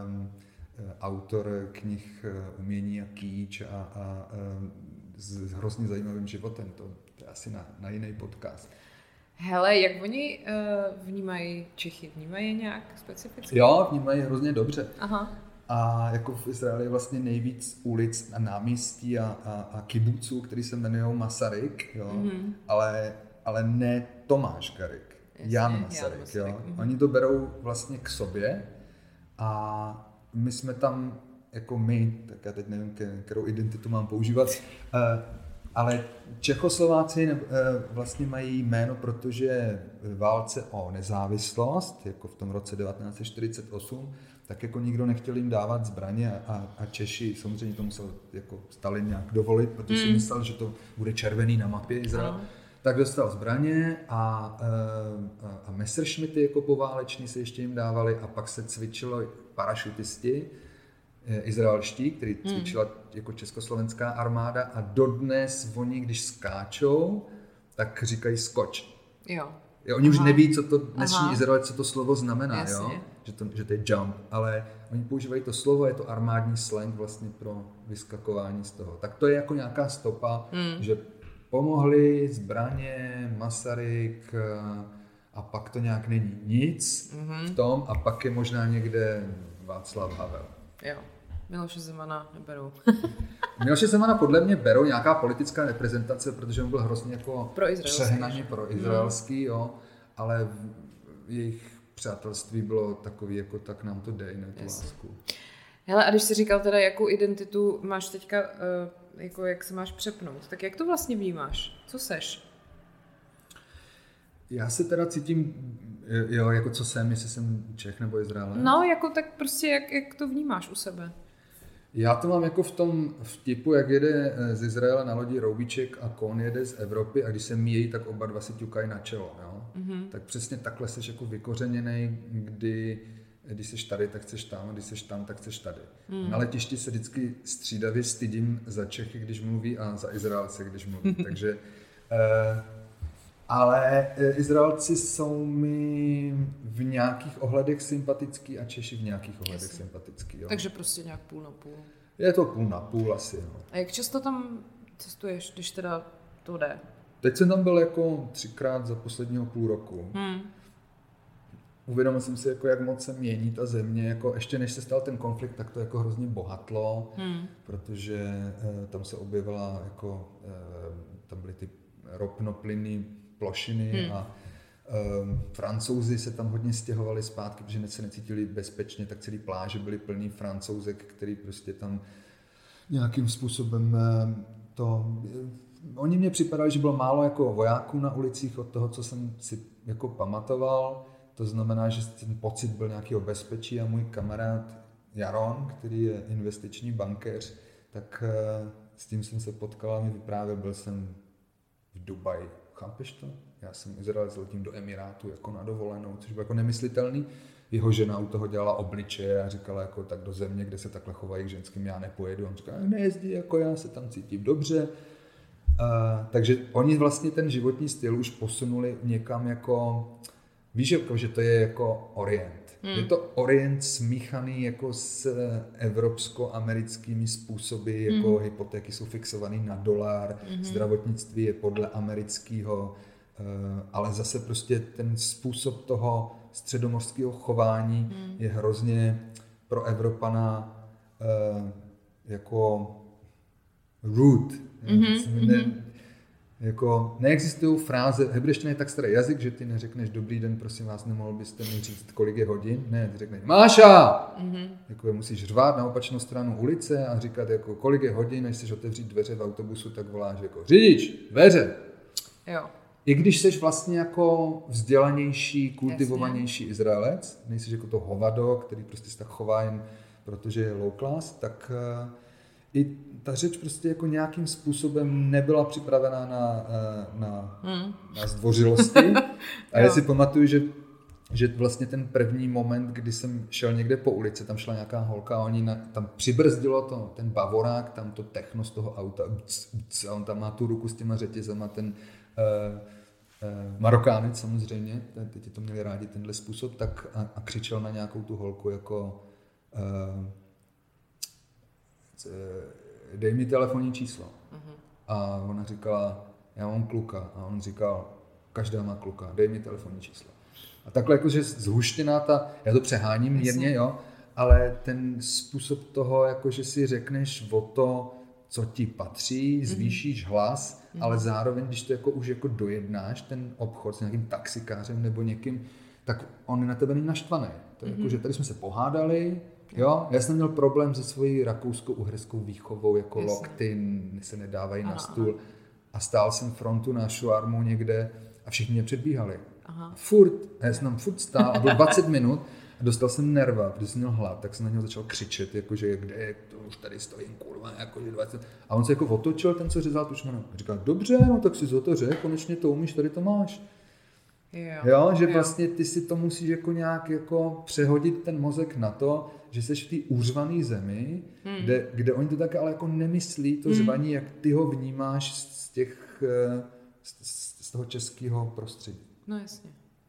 autor knih Umění a kýč a s hrozně zajímavým životem. To je asi na jiný podcast. Hele, jak oni vnímají Čechy? Vnímají je nějak specificky? Jo, vnímají hrozně dobře. Aha. A jako v Izraeli je vlastně nejvíc ulic a náměstí a kibuců, který se jmenují Masaryk, jo? Ale ne Tomáš Garrigue, Jan Masaryk. Jo? Oni to berou vlastně k sobě a my jsme tam, jako my, tak já teď nevím, kterou identitu mám používat, ale Čechoslováci vlastně mají jméno, protože v válce o nezávislost, jako v tom roce 1948, tak jako nikdo nechtěl jim dávat zbraně a Češi, samozřejmě to musel jako Stalin nějak dovolit, protože si myslel, že to bude červený na mapě Izrael. Tak dostal zbraně a Messerschmitty jako pováleční se ještě jim dávali a pak se cvičilo parašutisti izraelští, který cvičila jako československá armáda a dodnes oni, když skáčou, tak říkají skoč. Jo. Oni už neví, co to dnešní Izraelci, co to slovo znamená, jo? Že to je jump, ale oni používají to slovo, je to armádní slang vlastně pro vyskakování z toho. Tak to je jako nějaká stopa, že pomohli zbraně, Masaryk a pak to nějak není nic v tom a pak je možná někde Václav Havel. Jo, Miloše Zemana neberou. Miloše Zemana podle mě berou nějaká politická reprezentace, protože on byl hrozně jako přehnaně proizraelský, jo, ale jejich přátelství bylo takový, jako tak nám to dej, ne tu lásku. Hele, a když jsi říkal teda, jakou identitu máš teďka, jako jak se máš přepnout, tak jak to vlastně vnímáš? Co seš? Já se teda cítím, jo, jako co jsem, jestli jsem Čech nebo Izraelec. No, jako tak prostě, jak to vnímáš u sebe? Já to mám jako v tom vtipu, jak jede z Izraele na lodi Roubíček a Kohn jede z Evropy a když se míjejí, tak oba dva si ťukají na čelo. Jo? Tak přesně takhle seš jako vykořeněnej, když seš tady, tak chceš tam, když seš tam, tak chceš tady. Na letišti se vždycky střídavě stydím za Čechy, když mluví a za Izraelce, když mluví. Takže, ale Izraelci jsou mi v nějakých ohledech sympatický a Češi v nějakých ohledech sympatický. Jo. Takže prostě nějak půl na půl. Je to půl na půl asi. Jo. A jak často tam cestuješ, když teda to jde? Teď jsem tam byl jako 3krát za posledního půl roku. Uvědomil jsem si, jako, jak moc se mění ta země. Jako, ještě než se stal ten konflikt, tak to jako hrozně bohatlo, protože tam se objevila, jako, tam byly ty ropnoplynné plošiny a Francouzi se tam hodně stěhovali zpátky, protože se necítili bezpečně, tak celý pláže byly plný Francouzek, který prostě tam nějakým způsobem oni mě připadali, že bylo málo jako vojáků na ulicích od toho, co jsem si jako pamatoval. To znamená, že ten pocit byl nějakého bezpečí a můj kamarád Jaron, který je investiční bankéř, tak s tím jsem se potkal a mi vyprávěl, byl jsem v Dubaji. Chápeš to? Já jsem Izraelec, letím do Emirátu jako na dovolenou, což bylo jako nemyslitelný. Jeho žena u toho dělala obličeje a říkala, jako tak do země, kde se takhle chovají k ženským, já nepojedu. On říkal, nejezdí, jako já se tam cítím dobře. Takže oni vlastně ten životní styl už posunuli někam jako víš, jako, že to je jako Orient. Je to Orient smíchaný jako s evropsko-americkými způsoby, jako hypotéky jsou fixované na dolar, zdravotnictví je podle amerického, ale zase prostě ten způsob toho středomořského chování je hrozně pro Evropana jako rude. Jako neexistují fráze, hebrejština je tak starý jazyk, že ty neřekneš dobrý den, prosím vás, nemohl byste mi říct, kolik je hodin? Ne, ty řekneš Máša! Jako musíš řvát na opačnou stranu ulice a říkat, jako, kolik je hodin, než chceš otevřít dveře v autobusu, tak voláš jako řidič, dveře. Jo. I když jsi vlastně jako vzdělanější, kultivovanější Izraelec, nejsi jako to hovado, který prostě se tak chová jen protože je low class, tak i ta řeč prostě jako nějakým způsobem nebyla připravená na zdvořilosti. A já si pamatuju, že vlastně ten první moment, kdy jsem šel někde po ulici, tam šla nějaká holka a tam přibrzdilo ten bavorák, tam to techno z toho auta, a on tam má tu ruku s těma řetězama, ten Marokánec samozřejmě, teď to měli rádi tenhle způsob, tak a křičel na nějakou tu holku jako dej mi telefonní číslo. A ona říkala, já mám kluka. A on říkal, každá má kluka, dej mi telefonní číslo. A takhle jakože zhuštěná já to přeháním mírně, jo, ale ten způsob toho, jakože si řekneš o to, co ti patří, zvýšíš hlas, ale zároveň, když to jako už jako dojednáš, ten obchod s nějakým taxikářem nebo někým, tak on je na tebe není naštvaný. To je jako, že tady jsme se pohádali, jo, já jsem měl problém se svojí rakouskou uherskou výchovou, jako lokty se nedávají na stůl. A stál jsem frontu na šuarmu někde a všichni mě předbíhali. A já jsem tam furt stál a bylo 20 minut a dostal jsem nerva, protože jsem měl hlad, tak jsem na něho začal křičet, jakože kde je, to už tady stojím, kurva, jakože 20. A on se jako otočil, ten, co řezal tu šmenu. A říkal, dobře, no tak si to řekl, konečně to umíš, tady to máš. Jo, že vlastně ty si to musíš jako nějak jako přehodit ten mozek na to, že jsi v té úřvané zemi, kde oni to tak ale jako nemyslí, to řvaní, jak ty ho vnímáš z toho českého prostředí. No jasně.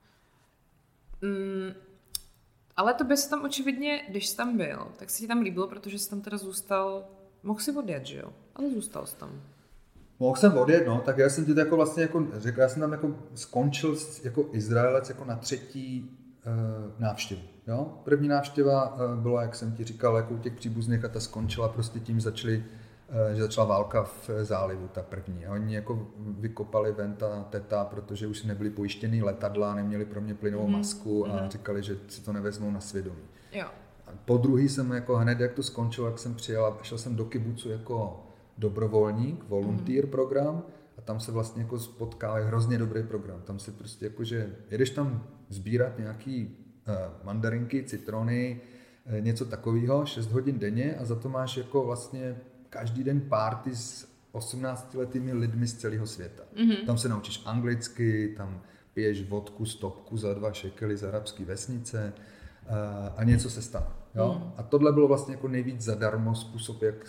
Ale to by se tam očividně, když jsi tam byl, tak se ti tam líbilo, protože jsi tam teda zůstal, mohl si odjet, že jo? Ale zůstal jsi tam. Mohl jsem odjet, no, tak já jsem ti to jako vlastně jako řekl, já jsem tam jako skončil jako Izraelec jako na 3. návštěvu, jo. První návštěva byla, jak jsem ti říkal, jako u těch příbuzných a ta skončila prostě tím že začala válka v zálivu, ta první. A oni jako vykopali ven ta teta, protože už nebyli pojištěný letadla, neměli pro mě plynovou masku a říkali, že si to nevezmou na svědomí. Jo. A po druhý jsem jako hned, jak to skončilo, jak jsem přijel a šel jsem do kibucu jako dobrovolník, volunteer program a tam se vlastně jako spotkal, je hrozně dobrý program. Tam se prostě jako, že jedeš tam sbírat nějaký mandarinky, citrony, něco takového, 6 hodin denně a za to máš jako vlastně každý den party s 18letými lidmi z celého světa. Tam se naučíš anglicky, tam piješ vodku, stopku za 2 šekely z arabské vesnice a něco se stane. Jo? A tohle bylo vlastně jako nejvíc zadarmo způsob, jak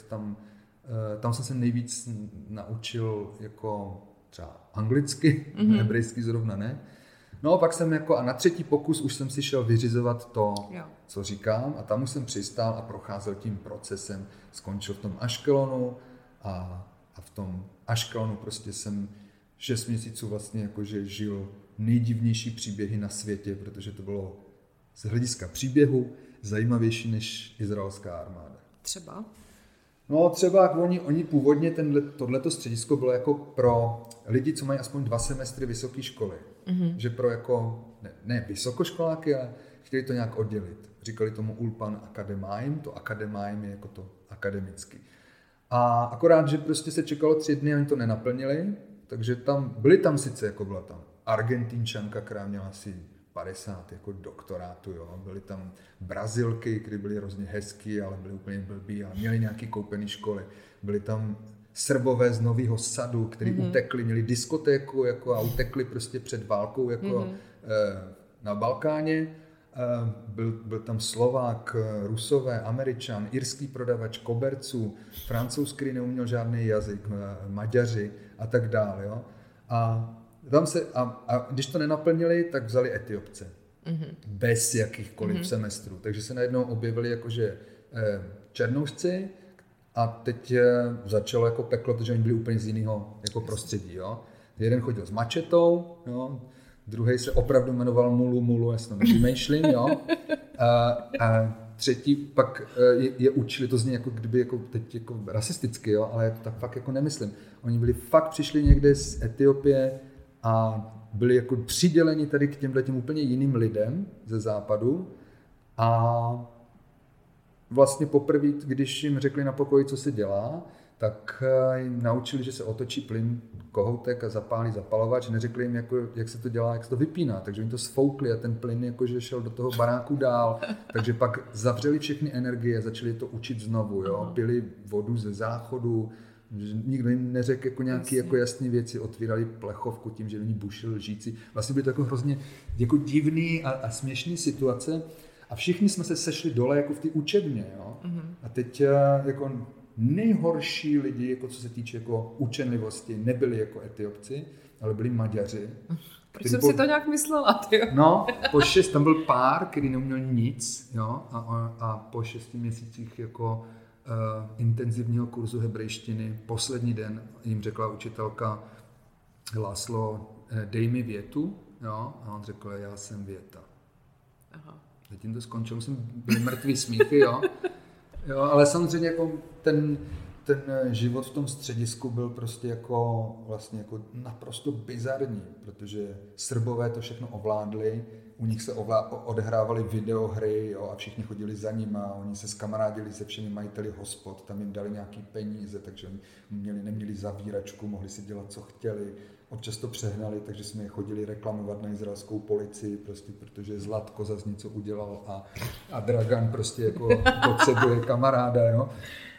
tam jsem se nejvíc naučil jako třeba anglicky, hebrejsky zrovna ne. No a pak jsem jako, a na 3. pokus už jsem si šel vyřizovat to, co říkám a tam už jsem přistál a procházel tím procesem. Skončil v tom Aškelonu a v tom Aškelonu prostě jsem 6 měsíců vlastně jakože žil nejdivnější příběhy na světě, protože to bylo z hlediska příběhu zajímavější než izraelská armáda. Třeba? No třeba oni původně tohleto středisko bylo jako pro lidi, co mají aspoň 2 semestry vysoké školy. Že pro jako, ne vysokoškoláky, ale chtěli to nějak oddělit. Říkali tomu Ulpan Akademaim, to Akademaim je jako to akademický. A akorát, že prostě se čekalo 3 dny a oni to nenaplnili, takže byly tam sice, jako byla tam Argentínčanka, která měla asi 50 jako doktorátu, jo. Byly tam Brazilky, které byly hrozně hezký, ale byly úplně blbý a měly nějaký koupený školy. Byly tam Srbové z Nového Sadu, kteří utekli, měli diskotéku jako, a utekli prostě před válkou jako, na Balkáně. Byl tam Slovák, Rusové, Američan, irský prodavač koberců, Francouz, který neuměl žádný jazyk, Maďaři a tak dále. Jo. A A když to nenaplnili, tak vzali Etiopce. Bez jakýchkoliv semestrů. Takže se najednou objevili jakože černoušci a teď začalo jako peklo, protože oni byli úplně z jiného jako prostředí. Jo? Jeden chodil s mačetou, jo? Druhý se opravdu jmenoval Mulu, já si to nevymýšlím, jo? A třetí pak je učili, to zní jako kdyby jako teď jako rasisticky, jo? Ale to tak fakt jako nemyslím. Oni přišli někde z Etiopie a byli jako přiděleni tady k těmhletěm úplně jiným lidem ze západu a vlastně poprvé, když jim řekli na pokoji, co se dělá, tak jim naučili, že se otočí plyn kohoutek a zapálí zapalovač. Neřekli jim, jako, jak se to dělá, jak se to vypíná. Takže oni to sfoukli a ten plyn jakože šel do toho baráku dál. Takže pak zavřeli všechny energie, začali to učit znovu. Jo? Pili vodu ze záchodu, nikdo jim neřekl jako nějaké jako jasné věci, otvírali plechovku tím, že v ní bušil lžíci. Vlastně byly to jako hrozně jako divný a směšný situace. A všichni jsme se sešli dole jako v té učebně. Jo? A teď jako nejhorší lidi, jako co se týče jako učenlivosti, nebyli jako Etiopci, ale byli Maďaři. Proč jsem si to nějak myslela, ty? No, tam byl pár, který neuměl nic, jo, a po 6 měsících jako intenzivního kurzu hebrejštiny, poslední den jim řekla učitelka Laslo, dej mi větu, jo, a on řekl, já jsem věta. Aha. Teď jim to skončilo, byli mrtví smíchy, jo. Jo, ale samozřejmě jako ten život v tom středisku byl prostě jako vlastně jako naprosto bizarní, protože Srbové to všechno ovládli, u nich se odehrávaly videohry, jo, a všichni chodili za nima, oni se skamarádili se všemi majiteli hospod, tam jim dali nějaký peníze, takže neměli zavíračku, mohli si dělat, co chtěli. Občas to přehnali, takže jsme je chodili reklamovat na izraelskou policii, prostě, protože Zlatko zase něco udělal a Dragan prostě jako potřebuje kamaráda. Jo?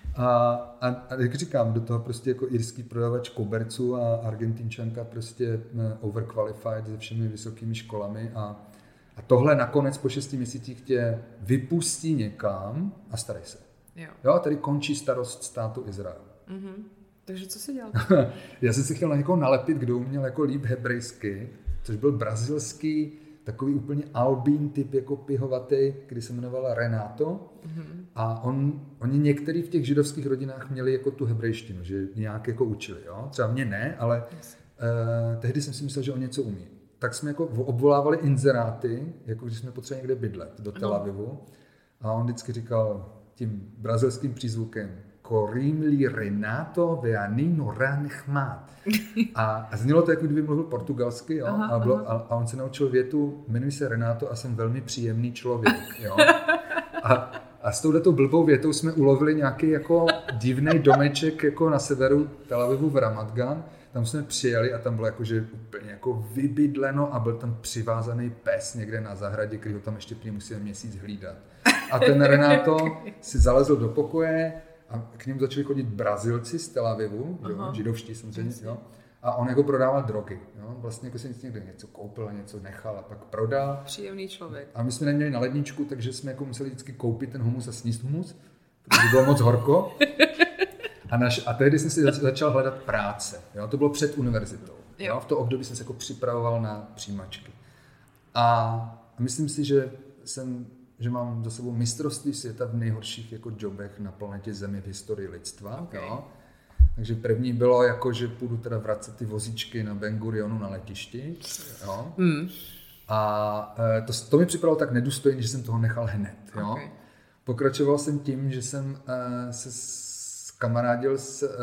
A jak říkám, do toho prostě jako irský prodavač koberců a Argentinčanka prostě overqualified se všemi vysokými školami a tohle nakonec po 6 měsících tě vypustí někam a starej se. Jo, a tady končí starost státu Izrael. Mm-hmm. Takže co jsi dělal? Já jsem si chtěl na někoho nalepit, kdo uměl jako líp hebrejsky, což byl brazilský, takový úplně albín typ jako pihovatý, který se jmenoval Renato. Mm-hmm. A oni některý v těch židovských rodinách měli jako tu hebrejštinu, že nějak jako učili. Jo? Třeba mě ne, ale tehdy jsem si myslel, že on něco umí. Tak jsme jako obvolávali inzeráty, jako když jsme potřebovali někde bydlet do Tel Avivu. A on vždycky říkal tím brazilským přízvukem Korimli Renato veani nora nechmat. A znělo to, jako kdyby mluvil portugalsky, jo? A on se naučil větu, jmenuji se Renato a jsem velmi příjemný člověk. Jo? A s touhletou blbou větou jsme ulovili nějaký jako divný domeček jako na severu Tel Avivu v Ramat Gan. Tam jsme přijeli a tam bylo jakože úplně jako vybydleno a byl tam přivázaný pes někde na zahradě, který ho tam ještě prý musel měsíc hlídat. A ten Renato si zalezl do pokoje a k němu začali chodit Brazilci z Tel Avivu, jo, židovští samozřejmě, jo, a on jako prodával drogy. Jo. Vlastně jako si někde něco koupil a něco nechal a pak prodal. Příjemný člověk. A my jsme neměli na ledničku, takže jsme jako museli vždycky koupit ten humus a sníst humus, protože bylo moc horko. A tehdy jsem si začal hledat práce. Jo. To bylo před univerzitou. Jo. V to období jsem se jako připravoval na přijímačky. A myslím si, že mám za sebou mistrovství světa v nejhorších jako jobech na planetě Zemi v historii lidstva. Okay. Jo. Takže první bylo jako, že půjdu teda vracet ty vozíčky na Ben Gurionu na letišti. Jo. A to mi připadalo tak nedůstojný, že jsem toho nechal hned. Jo. Okay. Pokračoval jsem tím, že jsem se kamarádil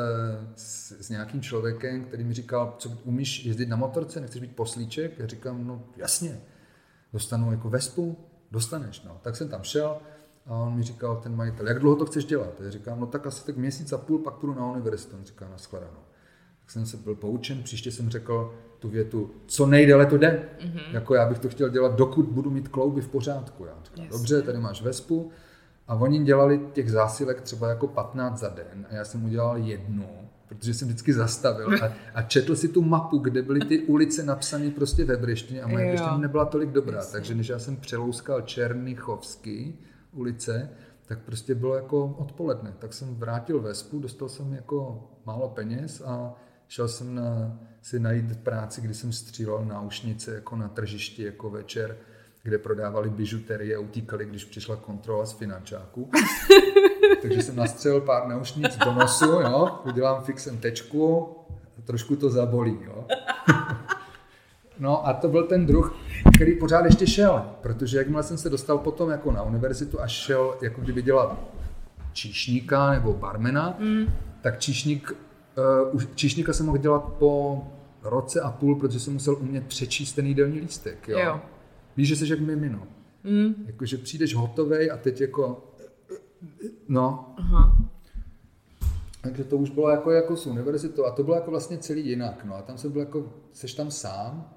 s nějakým člověkem, který mi říkal, co umíš jezdit na motorce, nechceš být poslíček? Já říkám, no jasně, dostanu jako Vespu, dostaneš. No. Tak jsem tam šel a on mi říkal, ten majitel, jak dlouho to chceš dělat? Já říkám, no tak asi tak 1,5 měsíce, pak půjdu na univerzitu. On říká, nashledanou. Tak jsem se byl poučen, příště jsem řekl tu větu, co nejdéle to jde. Mm-hmm. Jako já bych to chtěl dělat, dokud budu mít klouby v pořádku. Já říkám, dobře, tady máš Vespu. A oni dělali těch zásilek třeba jako 15 za den a já jsem udělal 1, protože jsem vždycky zastavil a četl si tu mapu, kde byly ty ulice napsané prostě v hebrejštině a moje hebrejština nebyla tolik dobrá, takže než já jsem přelouskal Černichovský ulice, tak prostě bylo jako odpoledne, tak jsem vrátil Vespu, dostal jsem jako málo peněz a šel jsem si najít práci, kdy jsem střílel náušnice jako na tržišti jako večer, kde prodávali bižuterie a utíkali, když přišla kontrola z finančáku. Takže jsem nastřelil pár náušnic do nosu, jo, udělám fixem tečku, trošku to zabolí, jo. No a to byl ten druh, který pořád ještě šel, protože jakmile jsem se dostal potom jako na univerzitu a šel jako kdyby dělat číšníka nebo barmana, tak číšníka jsem mohl dělat po roce a půl, protože jsem musel umět přečíst ten jídelní lístek, jo. Víš, že jsi jak mimino. Jakože přijdeš hotovej a teď jako, no. Aha. Takže to už bylo jako s univerzitou a to bylo jako vlastně celý jinak, no. A tam jsem byl jako, seš tam sám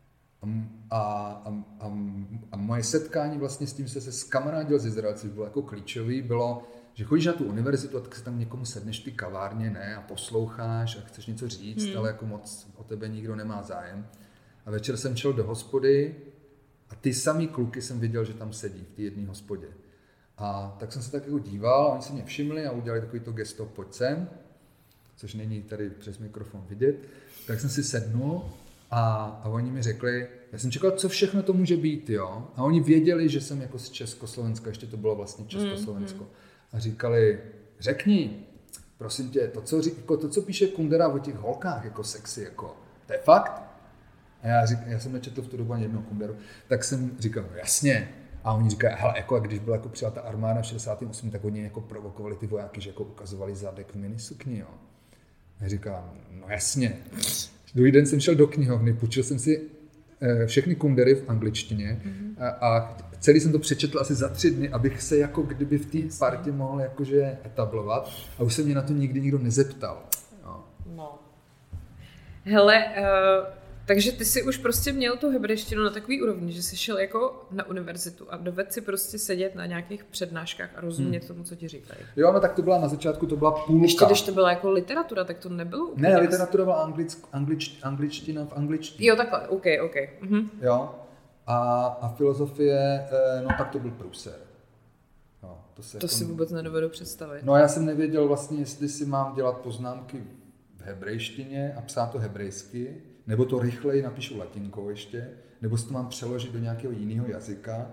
a moje setkání vlastně s tím se kamarádil z Izraelci, bylo jako klíčový, bylo, že chodíš na tu univerzitu a tak se tam někomu sedneš v ty kavárně, ne, a posloucháš a chceš něco říct, ale jako moc o tebe nikdo nemá zájem. A večer jsem šel do hospody a ty samý kluky jsem viděl, že tam sedí v té jedné hospodě. A tak jsem se tak jako díval, oni se mě všimli a udělali takový to gesto pojď sem, což není tady přes mikrofon vidět. Tak jsem si sednul a oni mi řekli, já jsem čekal, co všechno to může být, jo. A oni věděli, že jsem jako z Československa, ještě to bylo vlastně Československo. A říkali, řekni, prosím tě, to, co píše Kundera o těch holkách, jako sexy, jako, to je fakt? A já jsem nečetl v tu dobu ani jednou Kunderu, tak jsem říkal, no jasně. A oni říkají, hele, jako když byla jako přijata armáda v 68, tak oni jako provokovali ty vojáky, že jako ukazovali zadek v minisukni, jo. A já říkám, no jasně. Druhý den jsem šel do knihovny, půjčil jsem si všechny Kundery v angličtině a celý jsem to přečetl asi za 3 dny, abych se jako kdyby v té partě mohl jakože etablovat a už se mě na to nikdy nikdo nezeptal. No. Hele, takže ty si už prostě měl tu hebrejštinu na takový úrovni, že jsi šel jako na univerzitu a dovedl si prostě sedět na nějakých přednáškách a rozumět tomu, co ti říkají. Jo, no tak to byla na začátku, to byla půlka. Ještě když to byla jako literatura, tak to nebylo úplně. Ne, literatura byla angličtina v angličtině. Jo, takhle, OK. Jo, a filozofie, no tak to byl průser. No, to si vůbec nedovedu představit. No já jsem nevěděl vlastně, jestli si mám dělat poznámky v hebrejštině a psát to hebrejsky, nebo to rychleji napíšu latinkou ještě, nebo si to mám přeložit do nějakého jiného jazyka.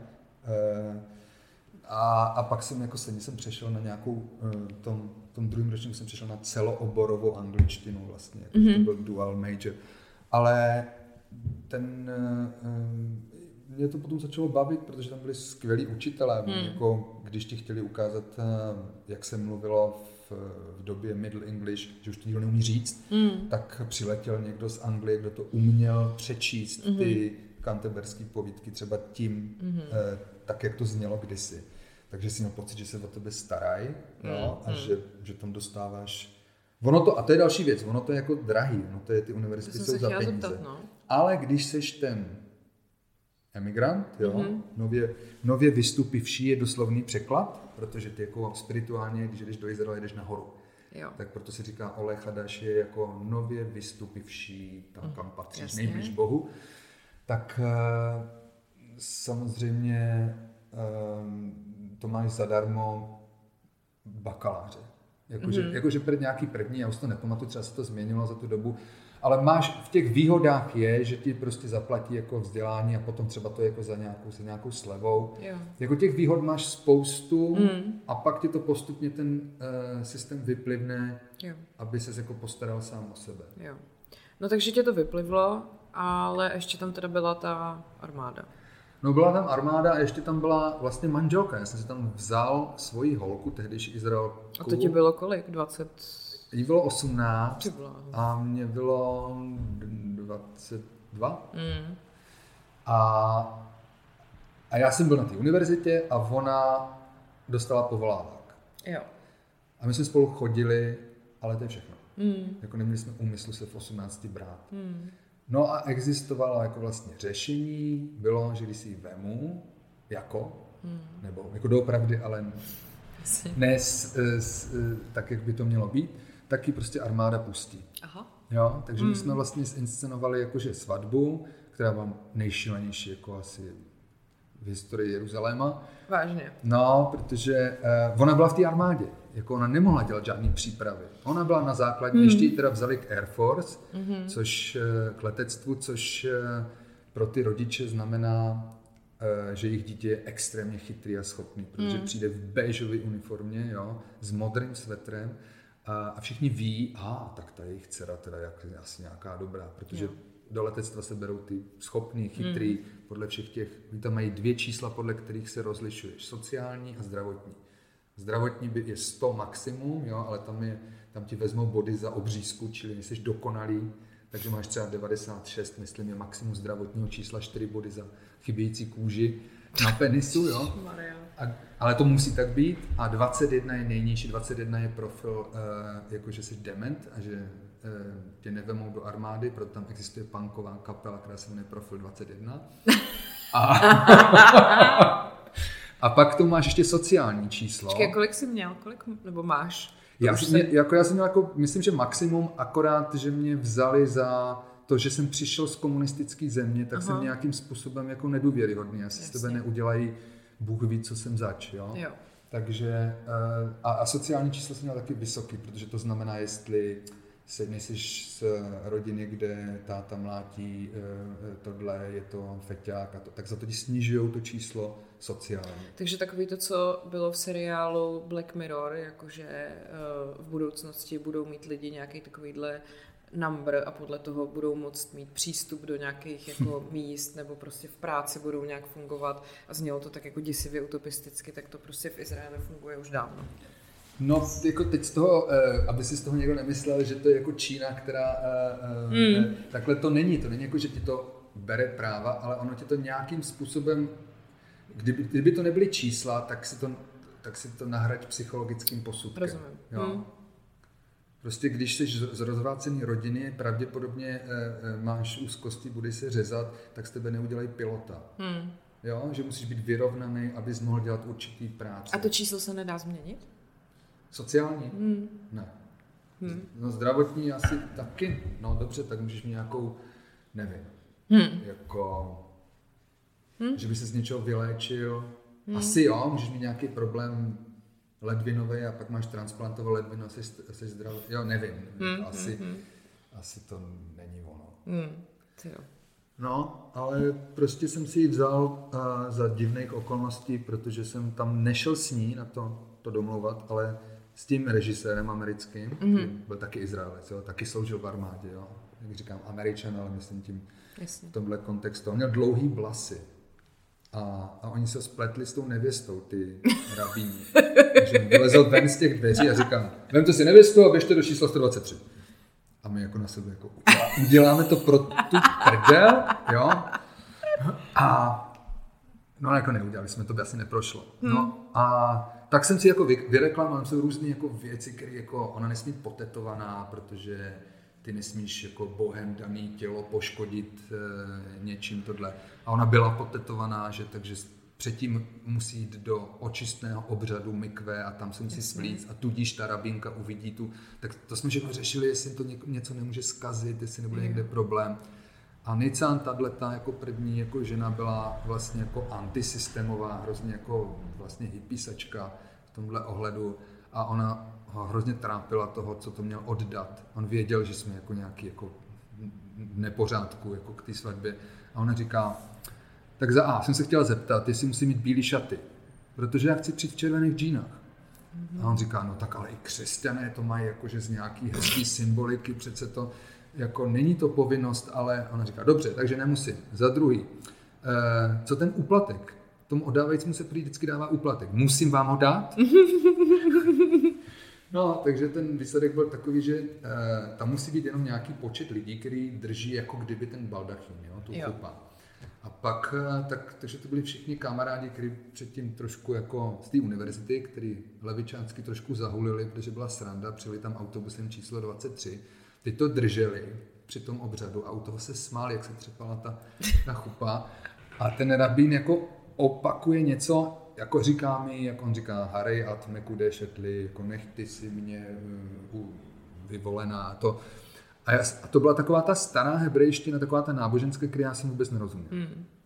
A pak jsem jako jsem přešel na nějakou, tom druhém ročníku jsem přešel na celooborovou angličtinu vlastně, to byl dual major. Ale mě to potom začalo bavit, protože tam byli skvělí učitelé, jako když ti chtěli ukázat, jak se mluvilo v době Middle English, že už to nikdo neumí říct, tak přiletěl někdo z Anglie, kdo to uměl přečíst ty canterberské povídky třeba tím, tak jak to znělo kdysi. Takže si měl pocit, že se o tebe starají, a že tam dostáváš. A to je další věc, ono to je jako drahý, to je, ty univerzity jsou za peníze. Zeptat, no. Ale když seš ten emigrant, jo, nově vystupivší je doslovný překlad, protože ty jako spirituálně, když jdeš do Izraele, jdeš nahoru. Jo. Tak proto se říká Ole Chadaš je jako nově vystupivší, tam kam patříš, nejblíž Bohu. Tak samozřejmě to máš zadarmo bakaláře. Jakože nějaký první, já už to nepamatuju, třeba se to změnilo za tu dobu, ale máš v těch výhodách je, že ti prostě zaplatí jako vzdělání a potom třeba to je jako za nějakou slevou. Jo. Jako těch výhod máš spoustu a pak ti to postupně ten systém vyplivne, aby ses jako postaral sám o sebe. Jo. No takže tě to vyplivlo, ale ještě tam teda byla ta armáda. No byla tam armáda a ještě tam byla vlastně manželka. Já jsem si tam vzal svoji holku, tehdejší Izraelku. A to ti bylo kolik? 20? Jí bylo 18 a mě bylo 22. A já jsem byl na té univerzitě a ona dostala povolávák. Jo. A my jsme spolu chodili, ale to je všechno. Jako neměli jsme úmysl se v 18 brát. No a existovalo jako vlastně řešení, bylo, že když si ji vemu, nebo jako doopravdy, ale ne tak, jak by to mělo být, tak ji prostě armáda pustí. Aha. Jo, takže my jsme vlastně zinscenovali jakože svatbu, která byla nejšílenější jako asi v historii Jeruzaléma. Vážně? No, protože ona byla v té armádě, jako ona nemohla dělat žádný přípravy. Ona byla na základní, ještě ji teda vzali k Air Force, což k letectvu, což pro ty rodiče znamená, že jejich dítě je extrémně chytrý a schopný, protože přijde v béžové uniformě, jo, s modrým svetrem a všichni ví, tak ta jejich dcera teda je asi nějaká dobrá, protože do letectva se berou ty schopný, chytrý, podle všech těch, tam mají 2 čísla, podle kterých se rozlišuješ, sociální a zdravotní. Zdravotní je 100 maximum, jo, ale tam ti vezmou body za obřízku, čili nejsi dokonalý, takže máš třeba 96, myslím, je maximum zdravotního čísla, 4 body za chybějící kůži na penisu, jo. Ale to musí tak být a 21 je nejnižší, 21 je profil, jakože jsi dement a že tě nevemou do armády, proto tam existuje punková kapela, která se jmenuje Profil 21. A pak tu máš ještě sociální číslo. Počkej, kolik jsi měl? Nebo máš? Já jsem měl myslím, že maximum, akorát, že mě vzali za to, že jsem přišel z komunistické země, tak jsem nějakým způsobem jako nedůvěryhodný. Asi z tebe neudělají Bůh ví, co jsem zač, jo? Takže a sociální číslo jsem měl taky vysoký, protože to znamená, jestli nejsi z rodiny, kde táta mlátí, tohle je to feťák, tak za to ti snižujou to číslo sociálně. Takže takový to, co bylo v seriálu Black Mirror, jakože v budoucnosti budou mít lidi nějaký takovýhle number a podle toho budou moct mít přístup do nějakých jako míst nebo prostě v práci budou nějak fungovat a znělo to tak jako děsivě utopisticky, tak to prostě v Izraeli funguje už dávno. No, jako teď z toho, aby si z toho někdo nemyslel, že to je jako Čína, která takhle to není jako, že ti to bere práva, ale ono ti to nějakým způsobem, kdyby to nebyly čísla, tak si to nahrať psychologickým posudkem. Rozumím. Jo? Prostě když jsi z rozvrácený rodiny, pravděpodobně máš úzkosti, budeš se řezat, tak z tebe neudělají pilota. Jo? Že musíš být vyrovnaný, abys mohl dělat určitý práce. A to číslo se nedá změnit? Sociální? Ne. No zdravotní asi taky. No dobře, tak můžeš mít nějakou, nevím, jako, že by se z něčeho vyléčil. Asi jo, můžeš mít nějaký problém ledvinový a pak máš transplantovanou ledvinu, asi zdravý. Jo, nevím. Asi to není ono. No, ale prostě jsem si ji vzal za divných okolností, protože jsem tam nešel s ní na to domlouvat, ale s tím režisérem americkým, byl taky Izraelec, jo, taky sloužil v armádě, jo. Jak říkám Američan, ale myslím tím v tomhle kontextu. On měl dlouhý vlasy a oni se spletli s tou nevěstou, ty rabíni. Takže vylezl ven z těch dveří a říkal, vemte si nevěstu a běžte do čísla 123. A my jako na sebe jako uděláme to pro tu prdel, jo. A no jako neudělali jsme, to by asi neprošlo. No a tak jsem si jako vyreklamoval, jsou různé jako věci, které jako ona nesmí potetovaná, protože ty nesmíš jako bohem daný tělo poškodit něčím tohle. A ona byla potetovaná, že takže předtím musí jít do očistného obřadu mikve a tam se musí splít a tudíž ta rabínka uvidí tu. Tak to jsme jako řešili, jestli to něco nemůže zkazit, jestli nebude někde problém. A Nican, tato jako první jako žena byla vlastně jako antisystémová, hrozně jako vlastně hippiesačka v tomhle ohledu a ona ho hrozně trápila toho, co to měl oddat. On věděl, že jsme jako nějaký jako nepořádku jako k té svatbě a ona říká, tak za A jsem se chtěla zeptat, jestli musí mít bílé šaty, protože já chci přijít v červených džínách. A on říká, no tak ale i křesťané to mají jakože z nějaký hezký symboliky, přece to jako není to povinnost, ale ona říká, dobře, takže nemusím. Za druhý, co ten úplatek? Tomu oddávajícímu se prý vždycky dává úplatek. Musím vám ho dát? No, takže ten výsledek byl takový, že tam musí být jenom nějaký počet lidí, který drží jako kdyby ten baldachín, jo, tu chupa. A pak, takže to byli všichni kamarádi, kteří předtím trošku jako z té univerzity, který levičánsky trošku zahulili, protože byla sranda, přijeli tam autobusem číslo 23. Ty to drželi při tom obřadu a u toho se smál, jak se třepala ta chupa. A ten rabín jako opakuje něco, jako říká mi, jak on říká, Harej at mekude šetli, jako nech ty si mě vyvolená. A to byla taková ta stará hebrejština, taková ta náboženská, který já jsem vůbec nerozuměl.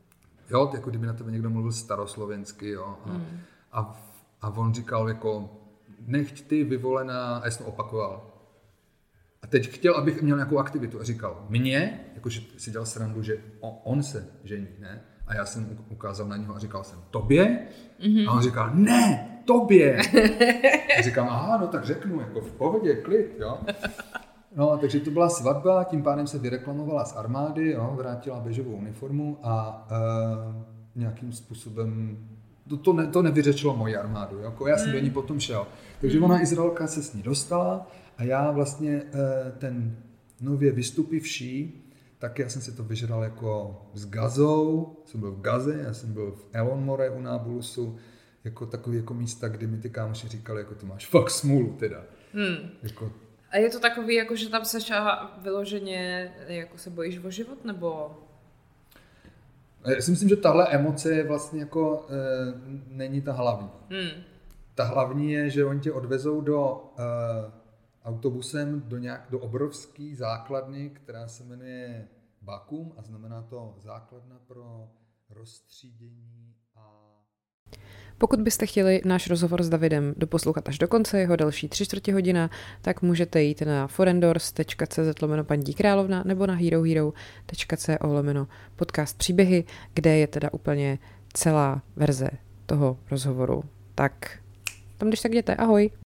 jo, jako kdyby na tebe někdo mluvil staroslovensky, jo. A on říkal jako, nechť ty vyvolená, a já jsem to opakoval. A teď chtěl, abych měl nějakou aktivitu a říkal, mně, jakože si dělal srandu, že on se žení, ne? A já jsem ukázal na něho a říkal jsem, tobě? A on říkal, ne, tobě. A říkám, aha, no tak řeknu, jako v pohodě, klid, jo. No, takže to byla svatba, tím pádem se vyreklamovala z armády, jo, vrátila běžovou uniformu a nějakým způsobem to nevyřečilo moji armádu, jo, jako já jsem do ní potom šel. Takže ona Izraelka se s ní dostala a já vlastně ten nově vystupivší, tak já jsem si to vyžral jako s Gazou, jsem byl v Gaze, já jsem byl v Elon More u Nábulusu, jako takový jako místa, kdy mi ty kámoši říkali, jako ty máš fakt smůlu teda. Jako, a je to takový, jako že tam seš a vyloženě jako se bojíš o život, nebo? Já si myslím, že tahle emoce je vlastně jako není ta hlavní. Ta hlavní je, že oni tě odvezou do autobusem do obrovský základny, která se jmenuje Bakum a znamená to základna pro rozstřídění a... Pokud byste chtěli náš rozhovor s Davidem doposlouchat až do konce, jeho další 3/4 hodina, tak můžete jít na forendors.cz/Paní královna nebo na herohero.co/podcast příběhy, kde je teda úplně celá verze toho rozhovoru. Tak tam když tak jděte, ahoj!